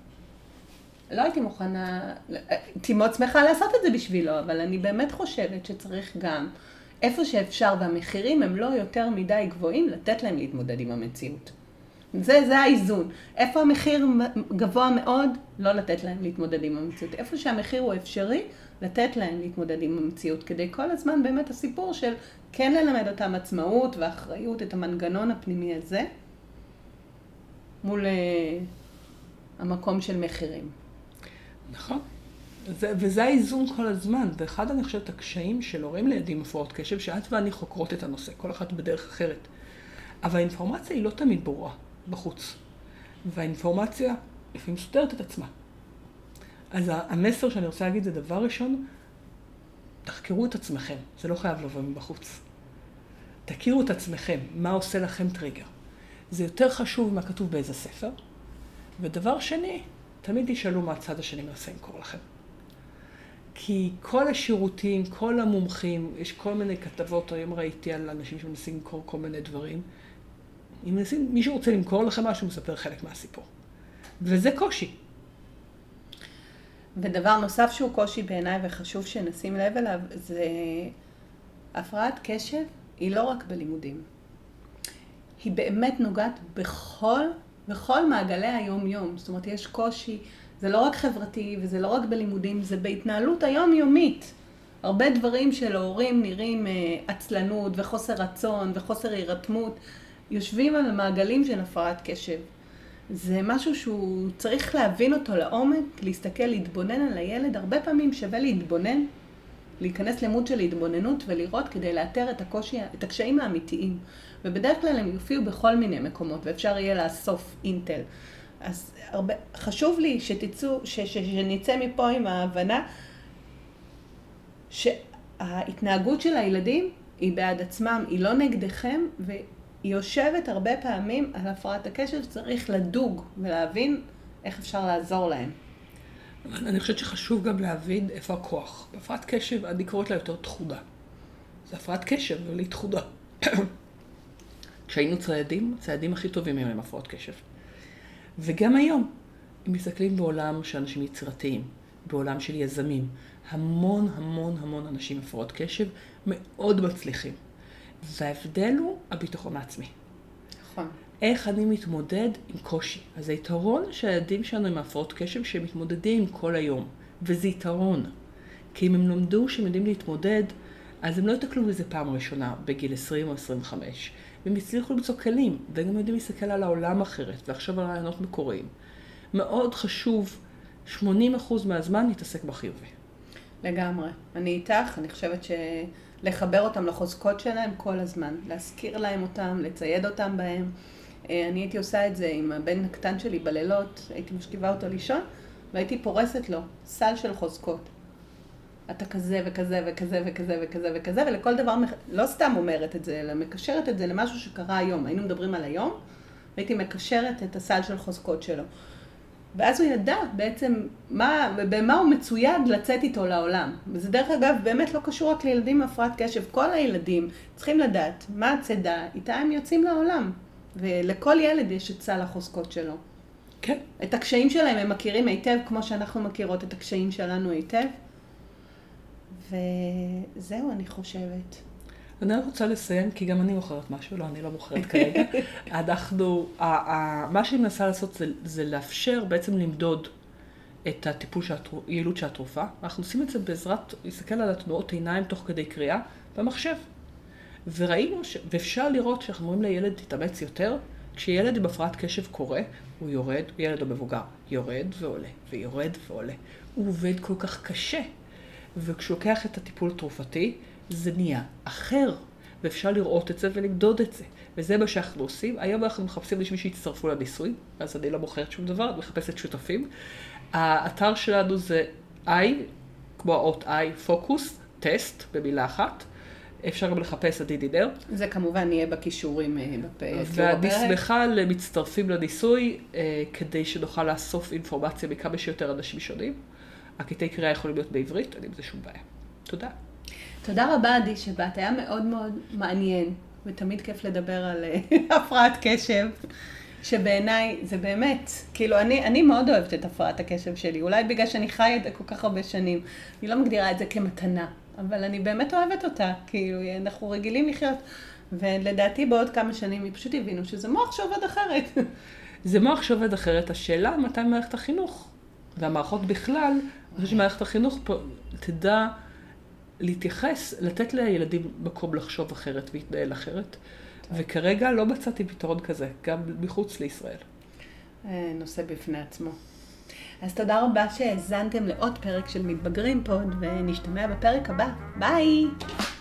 לא הייתי מוכנה, הייתי מאוד שמחה לעשות את זה בשבילו, אבל אני באמת חושבת שצריך גם, איפה שאפשר והמחירים הם לא יותר מדי גבוהים, לתת להם להתמודד עם המציאות. זה, זה האיזון. איפה המחיר גבוה מאוד, לא לתת להם להתמודד עם המציאות. איפה שהמחיר הוא אפשרי, לתת להם להתמודד עם המציאות, כדי כל הזמן באמת הסיפור של כן ללמד אותם עצמאות ואחריות, את המנגנון הפנימי הזה, מול uh, המקום של מחירים. נכון. זה, וזה האיזון כל הזמן. ואחד, אני חושבת, הקשיים של הורים לילדים עם הפרעות קשב, שאת ואני חוקרות את הנושא, כל אחת בדרך אחרת. אבל האינפורמציה היא לא תמיד ברורה בחוץ. והאינפורמציה לפעמים סותרת את עצמה. אז המסר שאני רוצה להגיד זה דבר ראשון, תחקרו את עצמכם. זה לא חייב לבוא מבחוץ. תכירו את עצמכם, מה עושה לכם טריגר. זה יותר חשוב מה כתוב באיזה ספר. ודבר שני, תמיד תשאלו מה הצד השני מנסה למכור לכם. כי כל השירותים, כל המומחים, יש כל מיני כתבות, היום ראיתי על אנשים שמנסים למכור כל מיני דברים. אם מנסים, מישהו רוצה למכור לכם משהו, מספר חלק מהסיפור. וזה קושי. ודבר נוסף שהוא קושי בעיניי וחשוב שנשים לב אליו, זה הפרעת קשב היא לא רק בלימודים. היא באמת נוגעת בכל, בכל מעגלי היום-יום. זאת אומרת, יש קושי, זה לא רק חברתי וזה לא רק בלימודים, זה בהתנהלות היום-יומית. הרבה דברים של ההורים נראים עצלנות וחוסר רצון וחוסר הירתמות, יושבים על המעגלים של הפרעת קשב. זה משהו שהוא צריך להבין אותו לעומק, להסתכל, להתבונן על הילד. הרבה פעמים שווה להתבונן, להיכנס למוד של התבוננות ולראות כדי לאתר את הקושי, את הקשיים האמיתיים. ובדרך כלל הם יופיעו בכל מיני מקומות, ואפשר יהיה לאסוף אינטל. אז הרבה, חשוב לי שתצאו, ש, ש, שנצא מפה עם ההבנה שההתנהגות של הילדים היא בעד עצמם, היא לא נגדכם, והיא יושבת הרבה פעמים על הפרעת הקשב, צריך לדוג ולהבין איך אפשר לעזור להם. אני חושבת שחשוב גם להבין איפה הכוח. בהפרעת קשב, אני קוראת לה יותר תחודה. זה הפרעת קשב, אבל היא תחודה. כשהיינו ציידים, הציידים הכי טובים הם הפרעות קשב. וגם היום, אם מסתכלים בעולם של אנשים יצירתיים, בעולם של יזמים, המון המון המון אנשים הפרעות קשב מאוד מצליחים. וההבדל הוא הביטחון העצמי. נכון. איך אני מתמודד עם קושי. אז היתרון שהילדים שלנו עם הפרעות קשב שהם מתמודדים כל היום. וזה יתרון. כי אם הם לומדו שהם יודעים להתמודד, אז הם לא יתקלו בזה פעם ראשונה בגיל עשרים או עשרים וחמש. והם יצליחו למצוא כלים, והם גם יודעים להסתכל על העולם אחרת, ולחשוב על רעיונות מקוריים. מאוד חשוב, שמונים אחוז מהזמן להתעסק בחיובי. לגמרי. אני איתך, אני חושבת שלחבר אותם לחוזקות שלהם כל הזמן, להזכיר להם אותם, לצייד אותם בהם, אני הייתי עושה את זה עם הבן הקטן שלי בלילות, הייתי משכיבה אותו לישון, והייתי פורסת לו סל של חוזקות. אתה כזה וכזה וכזה וכזה וכזה וכזה, ולכל דבר, לא סתם אומרת את זה, אלא מקשרת את זה למשהו שקרה היום. היינו מדברים על היום, והייתי מקשרת את הסל של חוזקות שלו. ואז הוא ידע בעצם מה, במה הוא מצויד לצאת איתו לעולם. וזה דרך אגב באמת לא קשור רק לילדים עם הפרעת קשב. כל הילדים צריכים לדעת מה הצידה, איתה הם יוצאים לעולם. ולכל ילד יש את סל החוזקות שלו. כן. את הקשיים שלהם הם מכירים היטב, כמו שאנחנו מכירות את הקשיים שלנו היטב. וזהו, אני חושבת. אני רוצה לסיים, כי גם אני מוכרת משהו, לא, אני לא מוכרת כרגע. אנחנו, מה שאני מנסה לעשות זה, זה לאפשר, בעצם למדוד את הטיפול, היעילות של התרופה. אנחנו עושים את זה בעזרת, להסתכל על התנועות עיניים תוך כדי קריאה במחשב. וראינו, ש... ואפשר לראות שאנחנו אומרים לילד תתאמץ יותר, כשילד עם הפרעת קשב קורה, הוא יורד, ילד או מבוגר, יורד ועולה, ויורד ועולה. הוא עובד כל כך קשה. וכשהוא לוקח את הטיפול התרופתי, זה נהיה אחר, ואפשר לראות את זה ולמדוד את זה. וזה מה שאנחנו עושים. היום אנחנו מחפשים אנשים שיצטרפו לניסוי, אז אני לא מוכרת שום דבר, אני מחפשת שותפים. האתר שלנו זה I, כמו האות I, Focus, טסט, במילה אחת. אפשר גם לחפש את די די אר. זה כמובן יהיה בכישורים בפרק. ואני שמחה למצטרפים לניסוי, כדי שנוכל לאסוף אינפורמציה מכמה שיותר אנשים שונים. הקטעי קריאה יכולים להיות בעברית, אין עם זה שום בעיה. תודה. תודה רבה, עדי, שבאת. היה מאוד מאוד מעניין, ותמיד כיף לדבר על הפרעת קשב, שבעיניי זה באמת, כאילו, אני, אני מאוד אוהבת את הפרעת הקשב שלי, אולי בגלל שאני חיה את זה כל כך הרבה שנים. אני לא מגדירה את זה כמתנה, אבל אני באמת אוהבת אותה, כאילו, אנחנו רגילים לחיות, ולדעתי בעוד כמה שנים, פשוט הבינו שזה מוח שעובד אחרת. זה מוח שעובד אחרת. השאלה, מתי מערכת החינוך? והמערכות בכלל, אני חושב שמערכת החינוך פה תדע להתייחס, לתת לילדים מקום לחשוב אחרת והתנהל אחרת. וכרגע לא מצאתי פתרון כזה, גם מחוץ לישראל. נושא בפני עצמו. אז תודה רבה שהזנתם לעוד פרק של מתבגרים פוד, ונשתמע בפרק הבא. ביי!